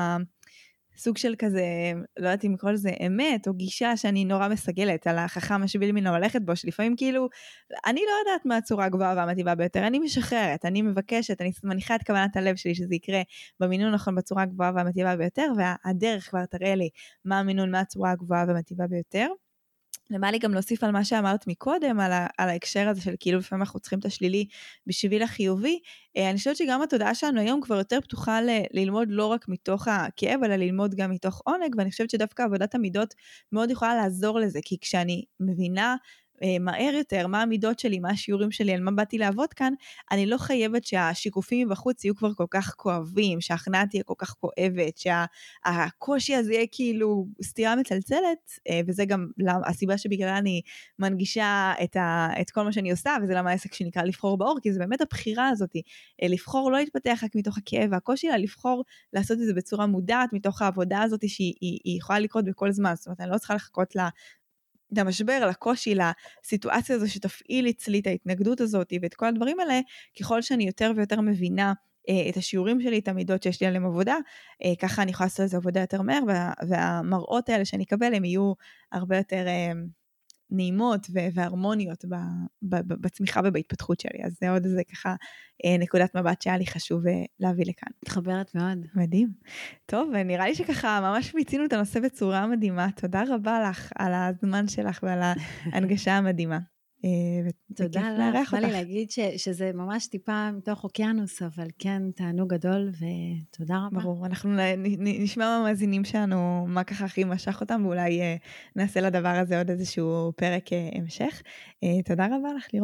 [SPEAKER 1] סוג של כזה, לא יודעת אם לקרוא לזה אמת, או גישה שאני נורא מסגלת על החכם השביל מן הולכת בו, שלפעמים כאילו, אני לא יודעת מה הצורה הגבוהה והמטיבה ביותר, אני משחררת, אני מבקשת, אני מניחה את כוונת הלב שלי שזה יקרה במינון נכון בצורה הגבוהה והמטיבה ביותר, והדרך כבר תראה לי מה המינון, מה הצורה הגבוהה והמטיבה ביותר. למה לי גם להוסיף על מה שאמרת מקודם, על ההקשר הזה של כאילו לפעמים אנחנו צריכים את השלילי בשביל החיובי, אני חושבת שגם התודעה שלנו היום כבר יותר פתוחה ללמוד לא רק מתוך הכאב, אלא ללמוד גם מתוך עונג, ואני חושבת שדווקא עבודת המידות מאוד יכולה לעזור לזה, כי כשאני מבינה מהר יותר, מה המידות שלי, מה השיעורים שלי, על מה באתי לעבוד כאן, אני לא חייבת שהשיקופים מבחוץ יהיו כבר כל כך כואבים, שההכנעה תהיה כל כך כואבת, שהקושי הזה יהיה כאילו סתירה מצלצלת, וזה גם הסיבה שבגללה אני מנגישה את כל מה שאני עושה, וזה למה העסק שנקרא לבחור באור, כי זה באמת הבחירה הזאת, לבחור לא להתפתח רק מתוך הכאב והקושי, אלא לבחור לעשות את זה בצורה מודעת, מתוך העבודה הזאת שהיא יכולה לקרות בכל זמן, זאת אומרת, אני לא צריכה לחכות למשבר, לקושי, לסיטואציה הזו שתפעיל אצלי את ההתנגדות הזאת ואת כל הדברים האלה, ככל שאני יותר ויותר מבינה את השיעורים שלי, את המידות שיש לי עליהם עבודה, ככה אני יכולה לעשות את זה עבודה יותר מהר, והמראות האלה שאני אקבל הם יהיו הרבה יותר נעימות והרמוניות בצמיחה ובהתפתחות שלי, אז זה עוד איזה ככה נקודת מבט שהיה לי חשוב להביא לכאן.
[SPEAKER 2] מתחברת מאוד.
[SPEAKER 1] מדהים. טוב, נראה לי שככה ממש מיצינו את הנושא בצורה מדהימה, תודה רבה לך על הזמן שלך ועל ההנגשה המדהימה.
[SPEAKER 2] תודה לך, בא לי להגיד שזה ממש טיפה מתוך אוקיינוס, אבל כן, תענוג גדול ותודה רבה.
[SPEAKER 1] ברור, אנחנו נשמע מהמאזינים שלנו מה ככה הכי משך אותם, ואולי נעשה לדבר הזה עוד איזשהו פרק המשך. תודה רבה לך לירוני.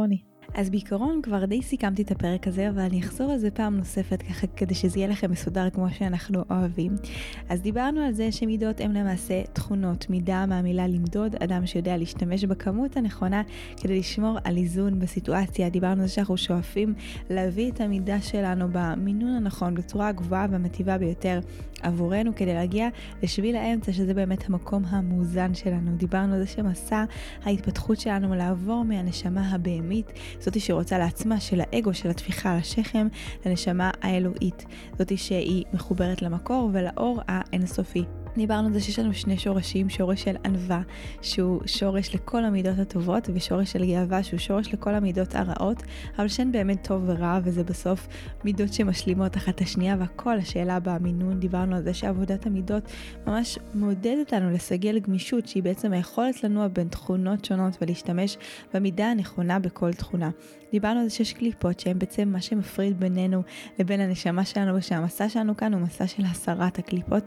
[SPEAKER 1] אז בעיקרון כבר די סיכמתי את הפרק הזה, אבל אני אחזור על זה פעם נוספת ככה כדי שזה יהיה לכם מסודר כמו שאנחנו אוהבים. אז דיברנו על זה שמידות הם למעשה תכונות, מידה מהמילה למדוד, אדם שיודע להשתמש בכמות הנכונה כדי לשמור על איזון בסיטואציה. דיברנו על זה שאנחנו שואפים להביא את המידה שלנו במינון הנכון, בצורה הגבוהה והמטיבה ביותר עבורנו, כדי להגיע לשביל האמצע, שזה באמת המקום המאוזן שלנו. דיברנו על זה שמסע ההתפתחות שלנו לעבור מהנשמה הבהמית, זאתי שרוצה לעצמה, של האגו, של התפיחה על השכם, לנשמה האלוהית, זאתי שהיא מחוברת למקור ולאור האינסופי. דיברנו על זה שיש לנו שני שורשים, שורש של ענווה, שהוא שורש לכל המידות הטובות, ושורש של גאווה, שהוא שורש לכל המידות הרעות, אבל שאין באמת טוב ורע, וזה בסוף מידות שמשלימות אחת השנייה, והכל השאלה במינון. דיברנו על זה שעבודת המידות ממש מעודדת לנו לסגל גמישות, שהיא בעצם היכולת לנוע בין תכונות שונות, ולהשתמש במידה הנכונה בכל תכונה. דיברנו על זה שיש קליפות, שהן בעצם מה שמפריד בינינו לבין הנשמה שלנו, ושהמסע שלנו כאן הוא מסע של הסרת הקליפות,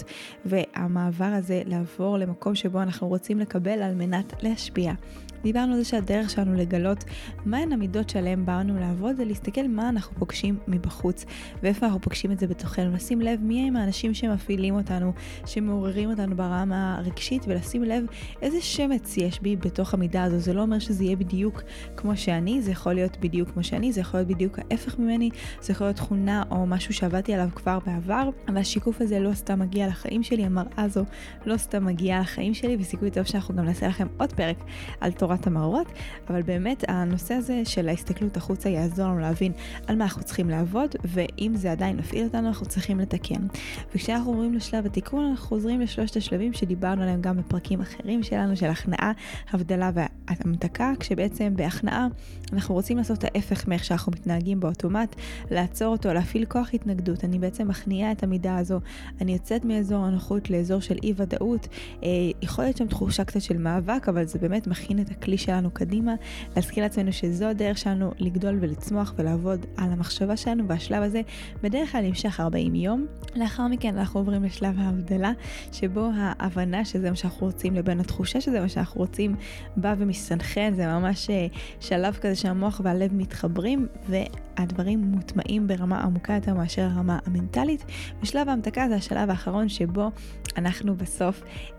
[SPEAKER 1] המעבר הזה לעבור למקום שבו אנחנו רוצים לקבל על מנת להשפיע. דיברנו על זה שהדרך שלנו לגלות מהן המידות שעליהן באנו לעבוד, זה להסתכל מה אנחנו פוגשים מבחוץ, ואיפה אנחנו פוגשים את זה בתוכנו, לשים לב מי הם האנשים שמפעילים אותנו, שמעוררים אותנו ברמה הרגשית, ולשים לב איזה שמץ יש בי בתוך המידה הזו. זה לא אומר שזה יהיה בדיוק כמו שאני, זה יכול להיות בדיוק כמו שאני, זה יכול להיות בדיוק ההפך ממני, זה יכול להיות תכונה או משהו שעבדתי עליו כבר בעבר, אבל השיקוף הזה לא סתם מגיע לחיים שלי, המראה הזו לא סתם מגיעה לחיים שלי, וסיכוי טוב שאנחנו גם נעשה לכם עוד פרק על תורת המאורות, אבל באמת הנושא הזה של ההסתכלות החוצה יעזור לנו להבין על מה אנחנו צריכים לעבוד, ואם זה עדיין מפעיל אותנו אנחנו צריכים לתקן. וכשאנחנו עוברים לשלב התיקון, אנחנו חוזרים לשלושת השלבים שדיברנו עליהם גם בפרקים אחרים שלנו, של הכנעה, הבדלה והמתקה, כשבעצם בהכנעה אנחנו רוצים לעשות ההפך מאיך שאנחנו מתנהגים באוטומט, לעצור אותו, להפעיל כוח התנגדות. אני בעצם מכניעה את המידה הזו, אני יוצאת מאזור הנוחות לאזור של אי ודאות, יכול להיות שם תחושה קצת של מאבק, אבל זה באמת מכין את הכלי שלנו קדימה, להזכיר לעצמנו שזו הדרך שלנו לגדול ולצמוח ולעבוד על המחשבה שלנו, והשלב הזה בדרך כלל נמשך 40 יום. לאחר מכן אנחנו עוברים לשלב ההבדלה, שבו ההבנה שזה מה שאנחנו רוצים לבין התחושה שזה מה שאנחנו רוצים בא ומסתנכן. זה ממש שלב כזה שהמוח והלב מתחברים והדברים מוטמעים ברמה עמוקה יותר מאשר הרמה המנטלית. ושלב ההמתקה זה השלב האחרון שבו אנחנו בסוף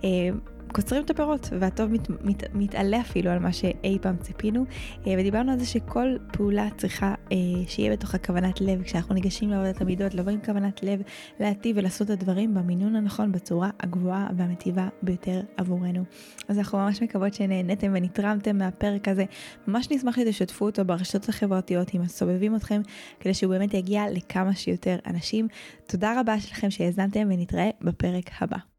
[SPEAKER 1] קוצרים את הפירות, והטוב מתעלה אפילו על מה שאי פעם ציפינו. ודיברנו על זה שכל פעולה צריכה שיהיה בתוך הכוונת לב, כשאנחנו ניגשים לעבודת המידות, לבוא עם כוונת לב, להטיב ולעשות את הדברים במינון הנכון, בצורה הגבוהה והמטיבה ביותר עבורנו. אז אנחנו ממש מקוות שנהנתם ונתרמתם מהפרק הזה. ממש נשמח שתשתפו אותו ברשתות החברתיות עם הסובבים אתכם, כדי שהוא באמת יגיע לכמה שיותר אנשים. תודה רבה שלכם שהאזנתם, ונתראה בפרק הבא.